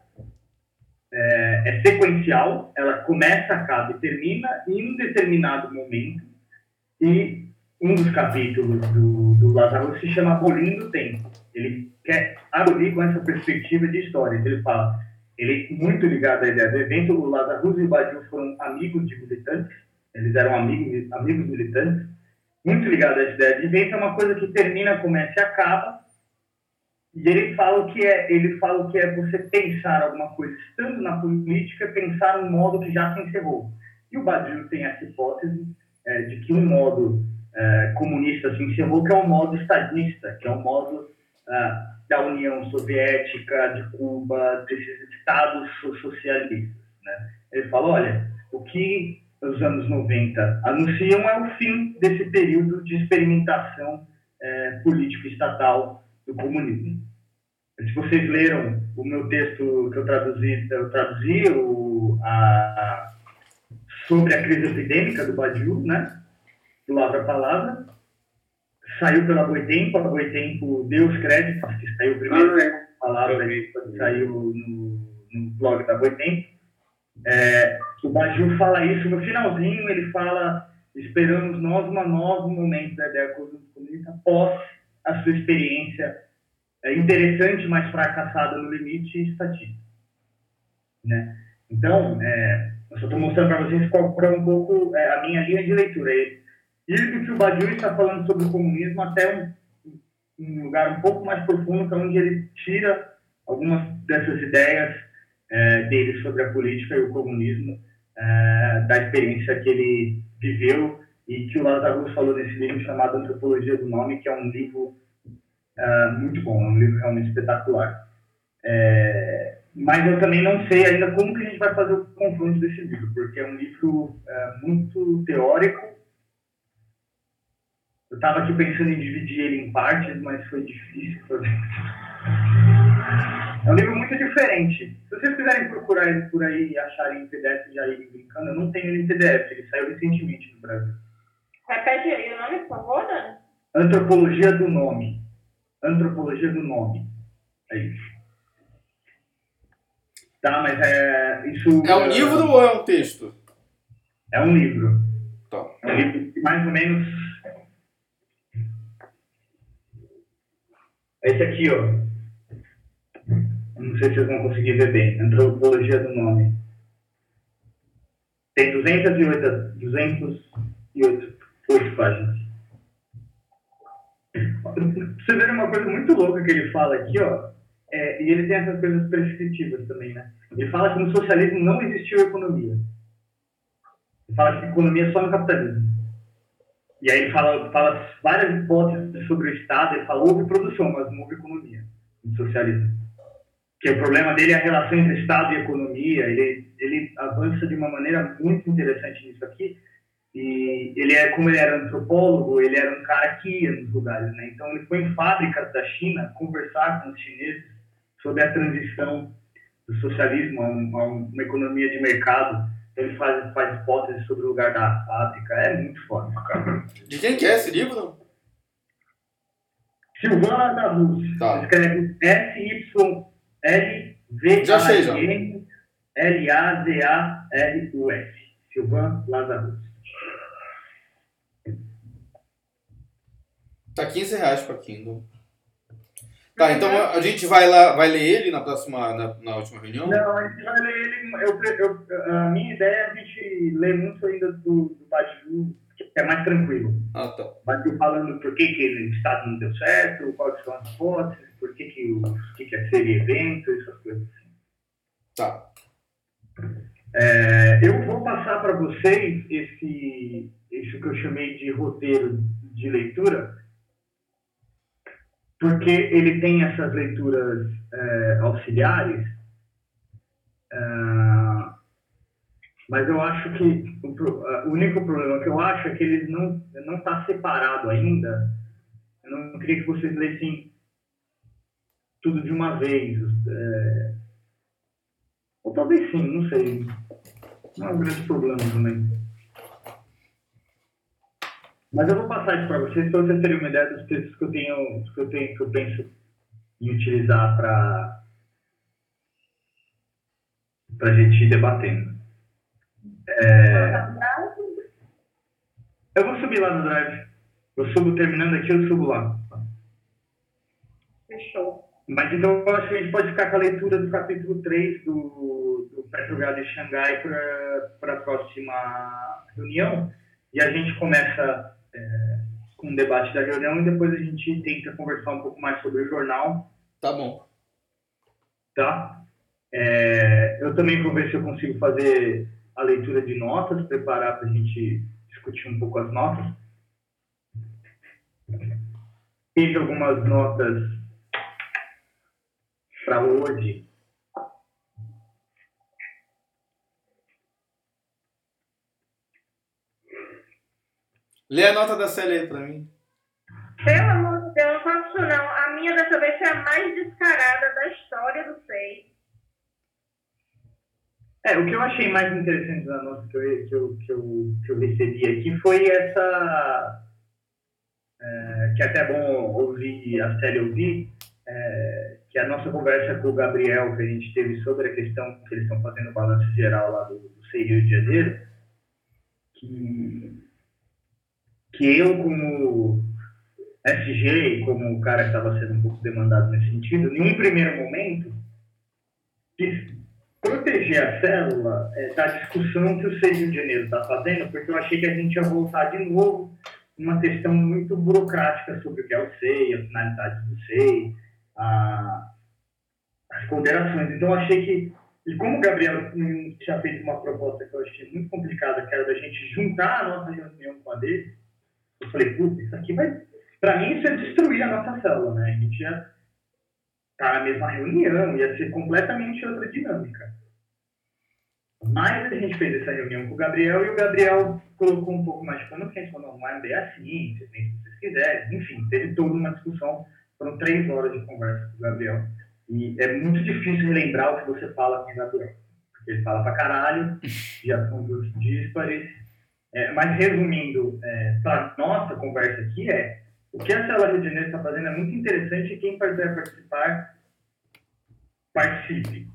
é sequencial, ela começa, acaba e termina em um determinado momento, e um dos capítulos do Lazarus se chama Abolindo o Tempo. Ele quer abolir com essa perspectiva de história. Ele fala, ele é muito ligado à ideia do evento. O Lazarus e o Badiou foram amigos de militantes, eles eram amigos militantes, muito ligado a essa ideia de evento. É uma coisa que termina, começa e acaba. E ele fala o que é você pensar alguma coisa estando na política, pensar um modo que já se encerrou. E o Badiou tem essa hipótese de que um modo comunista se encerrou, que é o modo estadista, que é o modo da União Soviética, de Cuba, desses estados socialistas, né? Ele fala, olha, o que os anos 90 anunciam é o fim desse período de experimentação político-estatal do comunismo. Se vocês leram o meu texto que eu traduzi sobre a crise epidêmica do Badiou, né? Palavra a palavra, saiu pela Boitempo, a Boitempo deu os créditos, que saiu primeiro, palavra saiu no blog da Boitempo. O Badiou fala isso no finalzinho, ele fala, esperamos nós um novo momento da ideia comunista após a sua experiência interessante, mas fracassada no limite estatista, né? Então, eu só estou mostrando para vocês qual é um pouco a minha linha de leitura. Ir do que o Badiou está falando sobre o comunismo até um lugar um pouco mais profundo, que é onde ele tira algumas dessas ideias dele sobre a política e o comunismo, da experiência que ele viveu e que o Lazarus falou nesse livro chamado Antropologia do Nome, que é um livro muito bom, é um livro realmente espetacular. Mas eu também não sei ainda como que a gente vai fazer o confronto desse livro, porque é um livro muito teórico. Eu estava aqui pensando em dividir ele em partes, mas foi difícil fazer. É um livro muito diferente. Se vocês quiserem procurar ele por aí e acharem em PDF e já irem brincando, eu não tenho ele em PDF, ele saiu recentemente no Brasil. Repete aí o nome, por favor, Dani. Antropologia do Nome. Antropologia do Nome. É isso. Tá, mas isso... É um livro ou é um texto? É um livro. Tá. É um livro que mais ou menos... Esse aqui, ó. Não sei se vocês vão conseguir ver bem. Antropologia do Nome. Tem 208 páginas. Você vê uma coisa muito louca que ele fala aqui, ó. E ele tem essas coisas prescritivas também, né? Ele fala que no socialismo não existiu economia. Ele fala que economia é só no capitalismo. E aí ele fala várias hipóteses sobre o Estado. Ele fala, houve produção, mas não houve economia no socialismo. Que o problema dele é a relação entre Estado e economia. Ele avança de uma maneira muito interessante nisso aqui. E como ele era antropólogo, ele era um cara que ia nos lugares, né? Então ele foi em fábricas da China conversar com os chineses sobre a transição do socialismo a uma economia de mercado. Então ele faz hipóteses sobre o lugar da fábrica. É muito foda, cara. De quem que é esse livro? Sylvain Lazarus. Tá. Escreve SYLVAN-LAZARUS. Sylvain Lazarus. Tá R$15 para Kindle. Tá, então a gente vai ler ele na última reunião? Não, a gente vai ler ele. A minha ideia é a gente ler muito ainda do Badiou, que é mais tranquilo. Ah, tá. Badiou falando por que o Estado não deu certo, quais são as hipóteses, por que é ser evento, essas coisas assim. Tá. Eu vou passar para vocês isso que eu chamei de roteiro de leitura, porque ele tem essas leituras auxiliares, mas eu acho que o único problema que eu acho é que ele não está separado ainda. Eu não queria que vocês lessem tudo de uma vez. Ou talvez sim, não sei. Não é um grande problema também. Mas eu vou passar isso para vocês terem uma ideia dos textos que eu penso em utilizar para a gente ir debatendo. Eu vou subir lá no Drive. Terminando aqui, eu subo lá. Fechou. Mas então eu acho que a gente pode ficar com a leitura do capítulo 3 do Petrograd de Xangai para a próxima reunião. E a gente começa com o debate da reunião e depois a gente tenta conversar um pouco mais sobre o jornal. Tá bom. Tá? Eu também vou ver se eu consigo fazer a leitura de notas, preparar para a gente discutir um pouco as notas. Fiz algumas notas para hoje. Lê a nota da Célia aí pra mim. Pelo amor de Deus, não faço isso não. A minha dessa vez foi a mais descarada da história do SEI. O que eu achei mais interessante da nota que eu recebi aqui foi essa... que é até bom ouvir a Célia ouvir, que é a nossa conversa com o Gabriel, que a gente teve sobre a questão que eles estão fazendo o balanço geral lá do SEI Rio de Janeiro, que eu, como SG e como o cara que estava sendo um pouco demandado nesse sentido, em um primeiro momento, quis proteger a célula da discussão que o SEI Rio de Janeiro está fazendo, porque eu achei que a gente ia voltar de novo uma questão muito burocrática sobre o que é o SEI, as finalidades do SEI, a as coordenações. Então, eu achei que, e como o Gabriel tinha feito uma proposta que eu achei muito complicada, que era da gente juntar a nossa reunião com a dele, eu falei, putz, isso aqui vai, para mim, isso é destruir a nossa célula, né? A gente ia estar na mesma reunião, ia ser completamente outra dinâmica. Mas a gente fez essa reunião com o Gabriel e o Gabriel colocou um pouco mais de pano quente, falou, não, mas é assim, vocês nem se vocês quiserem. Enfim, teve toda uma discussão, foram 3 horas de conversa com o Gabriel. E é muito difícil relembrar o que você fala com o Gabriel, porque ele fala pra caralho, já são dos díspares. Mas resumindo, para nossa conversa aqui o que a Célula Rio de Janeiro está fazendo é muito interessante e quem quiser participar, participe.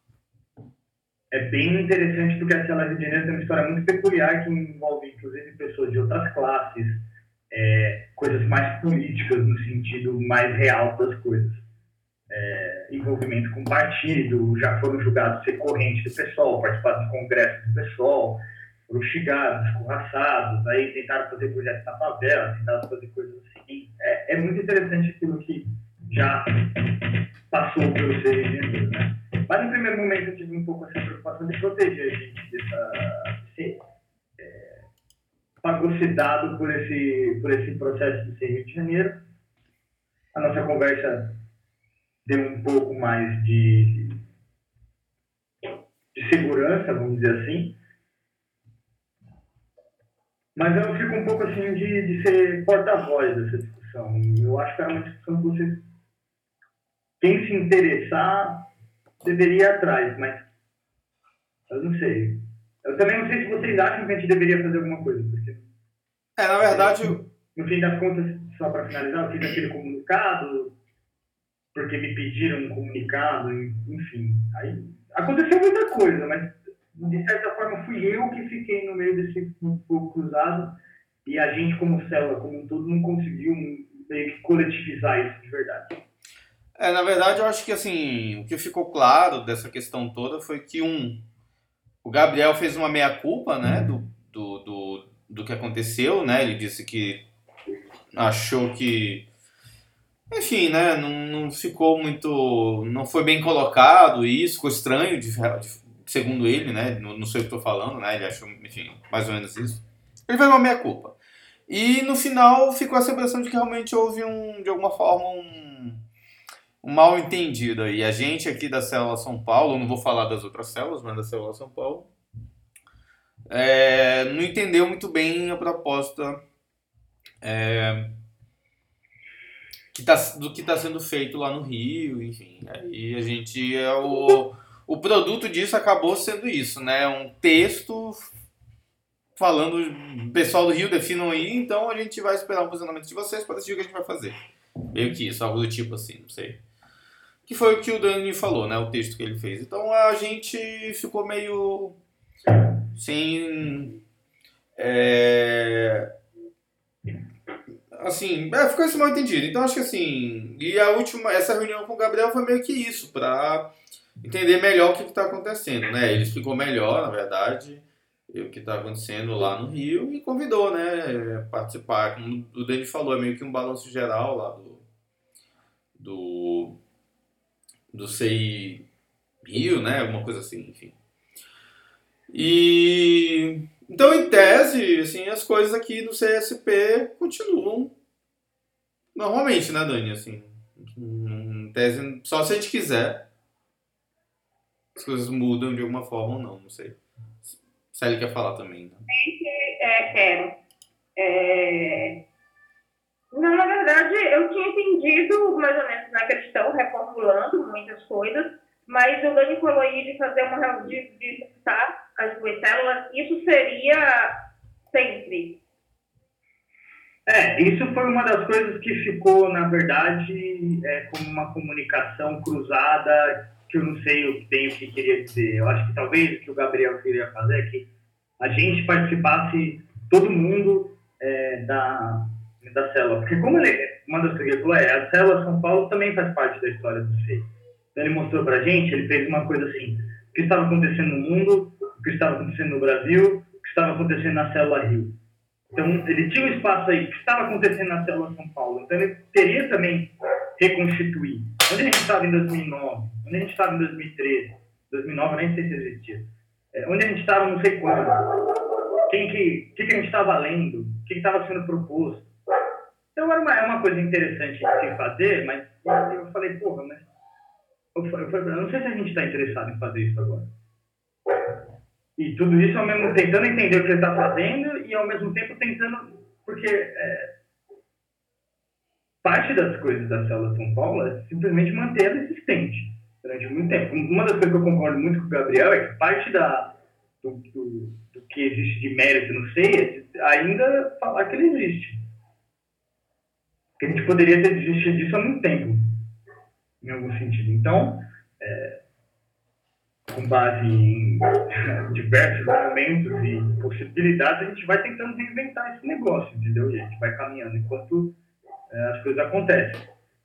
É bem interessante porque a Célula Rio de Janeiro tem uma história muito peculiar que envolve, inclusive, pessoas de outras classes, coisas mais políticas no sentido mais real das coisas. Envolvimento com partido, já foram julgados ser corrente do PSOL, participaram de congressos do PSOL, foram xingados, escorraçados, aí tentaram fazer projetos na favela, tentaram fazer coisas assim. É muito interessante aquilo que já passou pelo ser Rio de Janeiro, né? Mas no primeiro momento eu tive um pouco essa preocupação de proteger a gente de ser fagocitado por esse processo de ser Rio de Janeiro. A nossa conversa deu um pouco mais de segurança, vamos dizer assim. Mas eu fico um pouco assim de ser porta-voz dessa discussão. Eu acho que é uma discussão que você, quem se interessar, deveria ir atrás, mas eu não sei. Eu também não sei se vocês acham que a gente deveria fazer alguma coisa. Porque, na verdade... No fim das contas, só para finalizar, eu fiz aquele comunicado, porque me pediram um comunicado, enfim. Aí aconteceu muita coisa, mas de certa forma fui eu que fiquei no meio desse fogo cruzado e a gente, como célula, como um todo, não conseguiu meio que coletivizar isso de verdade. Na verdade, eu acho que assim, o que ficou claro dessa questão toda foi que o Gabriel fez uma meia-culpa, né, do que aconteceu, né? Ele disse que achou que, enfim, né, não ficou muito, não foi bem colocado e isso ficou estranho, segundo ele, né, não sei o que estou falando, né, ele achou, enfim, mais ou menos isso. Ele fez uma meia-culpa. E no final ficou essa impressão de que realmente houve de alguma forma um mal entendido aí. A gente aqui da Célula São Paulo, não vou falar das outras células, mas da Célula São Paulo, não entendeu muito bem a proposta do que está sendo feito lá no Rio, enfim. Aí a gente, o produto disso acabou sendo isso, né? Um texto falando, pessoal do Rio, definam aí, então a gente vai esperar o posicionamento de vocês para decidir o que a gente vai fazer. Meio que isso, algo do tipo assim, não sei. Que foi o que o Dani falou, né? O texto que ele fez. Então a gente ficou meio sem... assim, ficou esse mal entendido. Então acho que assim... E essa reunião com o Gabriel foi meio que isso, para entender melhor o que está acontecendo, né? Ele explicou melhor, na verdade, o que está acontecendo lá no Rio e convidou, né? Participar. Como o Dani falou, é meio que um balanço geral lá do CI Rio, né? Alguma coisa assim, enfim. E então, em tese, assim, as coisas aqui no CSP continuam normalmente, né, Dani? Assim, em tese, só se a gente quiser, as coisas mudam de alguma forma ou não sei. Se ele quer falar também, né? Quero. Não, na verdade, eu tinha entendido mais ou menos na questão, reformulando muitas coisas, mas o Dani falou aí de fazer de juntar as duas células, isso seria sempre. Isso foi uma das coisas que ficou, na verdade, como uma comunicação cruzada, que eu não sei bem o que queria dizer. Eu acho que talvez o que o Gabriel queria fazer é que a gente participasse, todo mundo, da célula. Porque como uma das coisas que ele falou a Célula São Paulo também faz parte da história do SEI. Então ele mostrou pra gente, ele fez uma coisa assim, o que estava acontecendo no mundo, o que estava acontecendo no Brasil, o que estava acontecendo na Célula Rio. Então ele tinha um espaço aí, o que estava acontecendo na Célula São Paulo. Então ele teria também reconstituir. Onde a gente estava em 2009? Onde a gente estava em 2013, 2009, eu nem sei se existia. Onde a gente estava, não sei quando. O que a gente estava lendo, o que estava sendo proposto. Então é uma coisa interessante de se fazer, mas eu falei, porra, mas eu não sei se a gente está interessado em fazer isso agora. E tudo isso ao mesmo tentando entender o que ele está fazendo e ao mesmo tempo tentando, porque parte das coisas da Célula São Paulo é simplesmente manter ela existente durante muito tempo. Uma das coisas que eu concordo muito com o Gabriel é que parte do que existe de mérito no SEI é ainda falar que ele existe. Que a gente poderia ter desistido disso há muito tempo, em algum sentido. Então, com base em diversos momentos e possibilidades, a gente vai tentando reinventar esse negócio, entendeu? E a gente vai caminhando enquanto as coisas acontecem.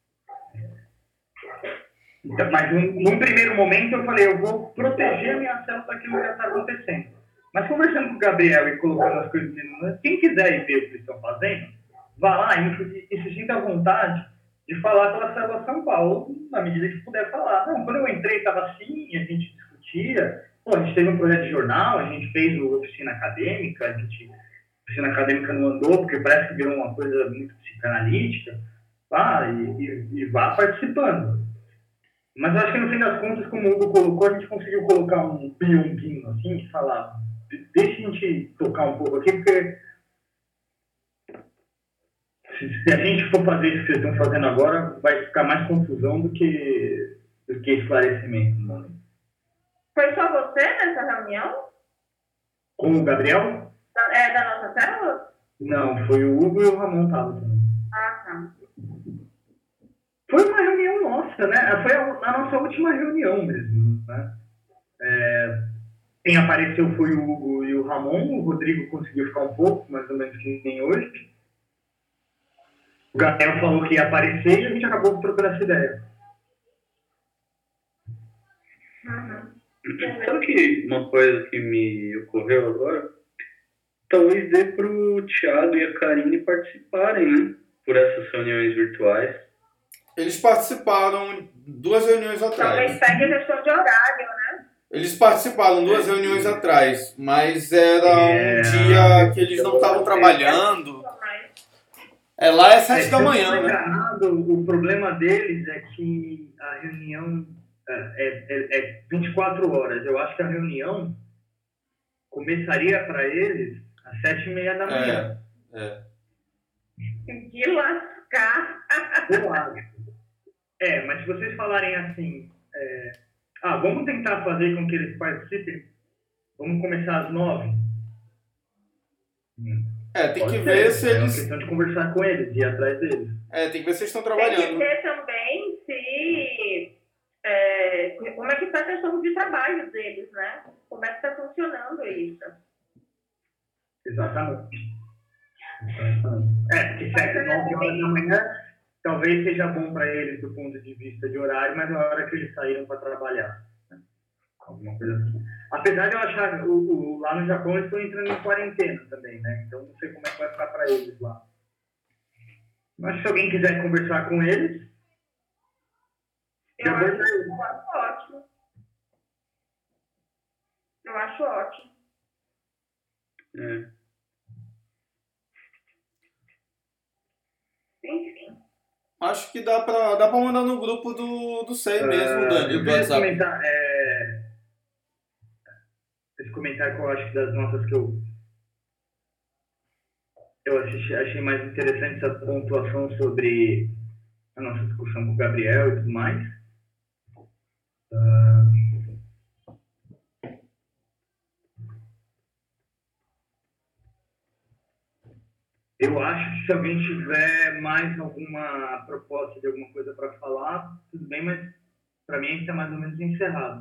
Então, mas num primeiro momento eu falei, eu vou proteger a minha célula daquilo que já está acontecendo. Mas conversando com o Gabriel e colocando as coisas dizendo, quem quiser ir ver o que eles estão fazendo, vá lá e se sinta à vontade de falar pela Célula São Paulo, na medida que puder falar. Não, quando eu entrei estava assim, a gente discutia, a gente teve um projeto de jornal, a gente fez oficina acadêmica, a oficina acadêmica não andou, porque parece que virou uma coisa muito psicanalítica, e vá participando. Mas eu acho que no fim das contas, como o Hugo colocou, a gente conseguiu colocar um pionguinho assim, e falar, deixa a gente tocar um pouco aqui, porque se a gente for fazer isso que vocês estão fazendo agora, vai ficar mais confusão do que esclarecimento. Mano. Foi só você nessa reunião? Com o Gabriel? Da nossa célula? Não, foi o Hugo e o Ramon estavam também. Ah, tá. Foi uma reunião nossa, né? Foi a nossa última reunião mesmo, né? Quem apareceu foi o Hugo e o Ramon, o Rodrigo conseguiu ficar um pouco, mais ou menos que nem hoje. O Gabriel falou que ia aparecer e a gente acabou trocando essa ideia. Sabe que uma coisa que me ocorreu agora? Talvez dê para o Thiago e a Karine participarem, né? Por essas reuniões virtuais. Eles participaram 2 reuniões atrás. Talvez pegue a questão de horário, né? Eles participaram 2 reuniões atrás, mas era um dia que eles não estavam trabalhando. Lá é 7 da manhã, né? O problema deles é que a reunião é 24 horas. Eu acho que a reunião começaria para eles às 7h30 da manhã. Que lascar! Eu acho. Mas se vocês falarem assim, vamos tentar fazer com que eles participem, vamos começar às 9. Tem que ver se eles... É uma questão de conversar com eles, ir atrás deles. Tem que ver se eles estão Tem trabalhando. que ver também como é que está a questão de trabalho deles, né? Como é que está funcionando isso. Exatamente. Porque 7, 9 horas da manhã talvez seja bom para eles do ponto de vista de horário, mas na hora que eles saíram para trabalhar. Né? Alguma coisa assim. Apesar de eu achar que lá no Japão eles estão entrando em quarentena também, né? Então não sei como é que vai ficar para eles lá. Mas se alguém quiser conversar com eles, eu acho ótimo. Eu acho ótimo. Enfim. Acho que dá pra mandar no grupo do SEI mesmo, Dani, do WhatsApp. Esse comentário que eu acho que das notas que eu achei mais interessante, essa pontuação sobre a nossa discussão com o Gabriel e tudo mais. Eu acho que se alguém tiver mais alguma proposta de alguma coisa para falar, tudo bem, mas para mim a gente está mais ou menos encerrado.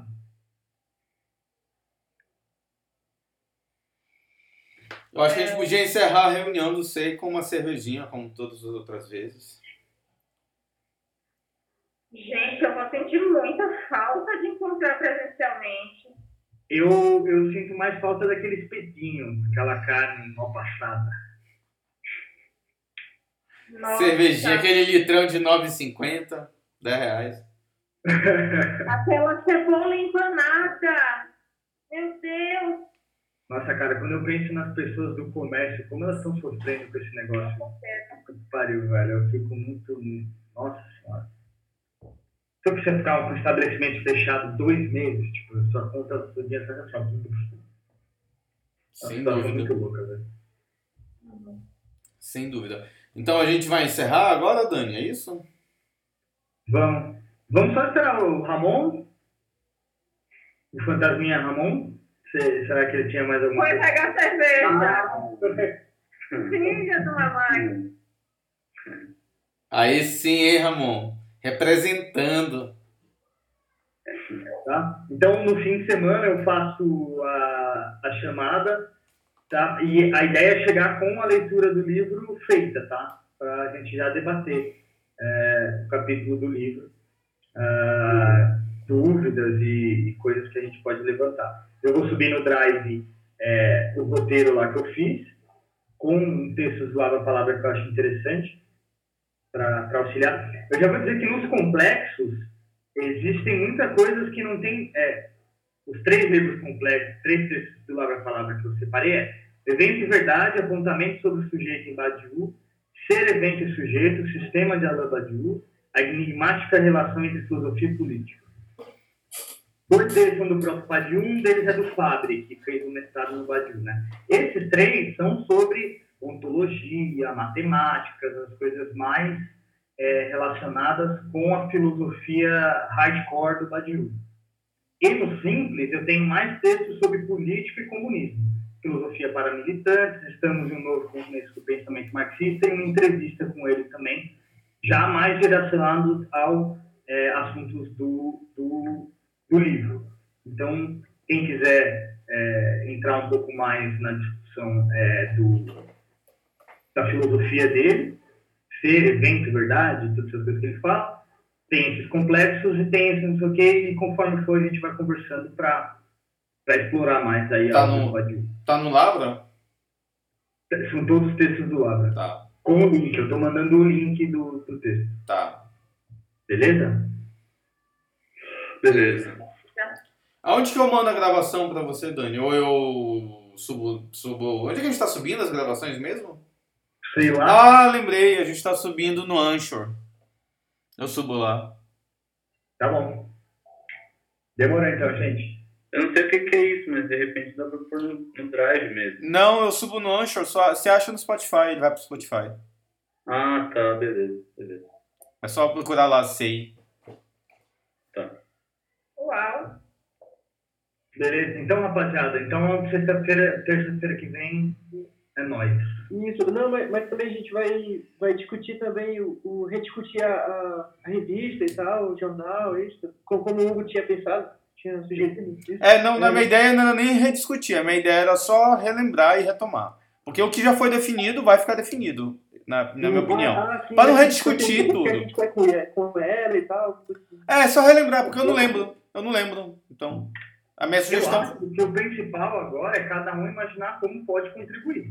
Eu acho que a gente podia encerrar a reunião do SEI com uma cervejinha, como todas as outras vezes. Gente, eu vou sentir muita falta de encontrar presencialmente. Eu sinto mais falta daquele espetinho, aquela carne mal passada. Nossa. Cervejinha, aquele litrão de R$9,50, R$10. Aquela cebola empanada. Meu Deus. Nossa, cara, quando eu penso nas pessoas do comércio, como elas estão sofrendo com esse negócio, que pariu, velho, eu fico muito. Nossa senhora. Se eu quiser ficar com o estabelecimento fechado 2 meses, tipo, sua conta do dia sai assim, uma Sem situação muito dúvida. louca, velho. Sem dúvida. Então a gente vai encerrar agora, Dani, é isso? Vamos. Vamos só esperar o Ramon, o fantasminha Ramon. Será que ele tinha mais alguma Foi coisa? pegar cerveja. Ah, Filha de uma mãe. Aí sim, hein, Ramon? Representando. tá? Então, no fim de semana, eu faço a chamada, tá? E a ideia é chegar com a leitura do livro feita, tá? Para a gente já debater o capítulo do livro, dúvidas e coisas que a gente pode levantar. Eu vou subir no Drive o roteiro lá que eu fiz, com textos lá da palavra que eu acho interessante para auxiliar. Eu já vou dizer que nos complexos existem muitas coisas que não tem. Os 3 livros complexos, 3 textos do Labra Palavra que eu separei evento e verdade, apontamento sobre o sujeito em Badiou, ser evento e sujeito, sistema de Alain Badiou, a enigmática relação entre filosofia e política. 2 deles são do próprio Badiou, um deles é do Fabre, que fez o mestrado no Badiou, né? Esses 3 são sobre ontologia, matemáticas, as coisas mais relacionadas com a filosofia hardcore do Badiou. E no Simples, eu tenho mais textos sobre política e comunismo. Filosofia para militantes, estamos em um novo contexto do pensamento marxista e uma entrevista com ele também, já mais direcionado ao assuntos do livro. Então, quem quiser entrar um pouco mais na discussão da filosofia dele, ser, evento, verdade, todas essas coisas que ele fala, tem esses complexos e tem esses não sei o que, e conforme for a gente vai conversando para explorar mais aí Tá a no- Badiou. Tá no Labra? São todos os textos do Labra. Tá, Com o link, eu tô mandando o link do texto. tá. Beleza? Beleza. Aonde que eu mando a gravação pra você, Dani? Ou eu subo... Onde é que a gente tá subindo as gravações mesmo? Sei lá. Ah, lembrei. A gente tá subindo no Anchor. Eu subo lá. Tá bom. Demorou então, gente. Eu não sei o que é isso, mas de repente dá pra pôr no Drive mesmo. Não, eu subo no Anchor. Você acha no Spotify. Ele vai pro Spotify. Ah, tá, beleza. É só procurar lá, sei. Uau. Beleza, então, rapaziada. Então, terça-feira que vem, é nóis. Isso, não, mas também a gente vai discutir também, rediscutir a revista e tal, o jornal, isso, como o Hugo tinha pensado, tinha sugerido isso. Não, a minha ideia não era nem rediscutir. A minha ideia era só relembrar e retomar. Porque o que já foi definido vai ficar definido, na minha opinião. Sim, Para não a gente rediscutir vai ter- tudo. A gente vai com ela e tal. Só relembrar, porque eu não lembro. Então, a minha Eu sugestão... acho que o principal agora é cada um imaginar como pode contribuir.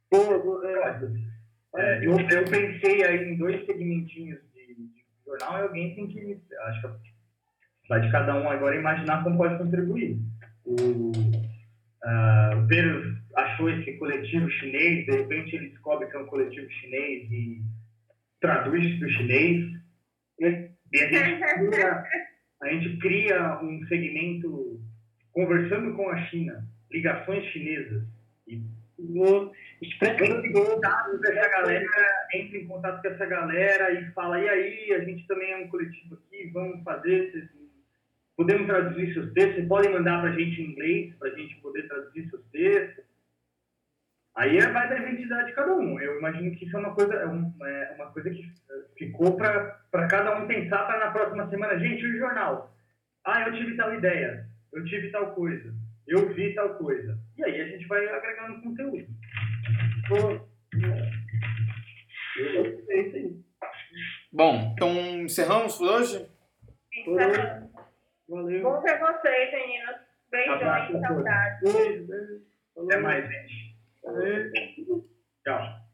Eu pensei aí em 2 segmentinhos de jornal e alguém tem que, acho que vai de cada um agora imaginar como pode contribuir. O Pedro achou esse coletivo chinês, de repente ele descobre que é um coletivo chinês e traduz do chinês, né? E a gente cria um segmento conversando com a China, ligações chinesas. E entra em contato com essa galera e fala, e aí, a gente também é um coletivo aqui, vamos fazer, podemos traduzir seus textos, vocês podem mandar pra gente em inglês, pra gente poder traduzir seus textos. Aí vai da identidade de cada um. Eu imagino que isso é uma coisa que ficou para cada um pensar para na próxima semana. Gente, e o jornal? Eu tive tal ideia, eu tive tal coisa, eu vi tal coisa. E aí a gente vai agregando conteúdo. É isso aí. Bom, então encerramos por hoje? Valeu. Bom ver vocês, meninos. Beijões, saudades. Beijo. Até mais, gente. Valeu. Tchau.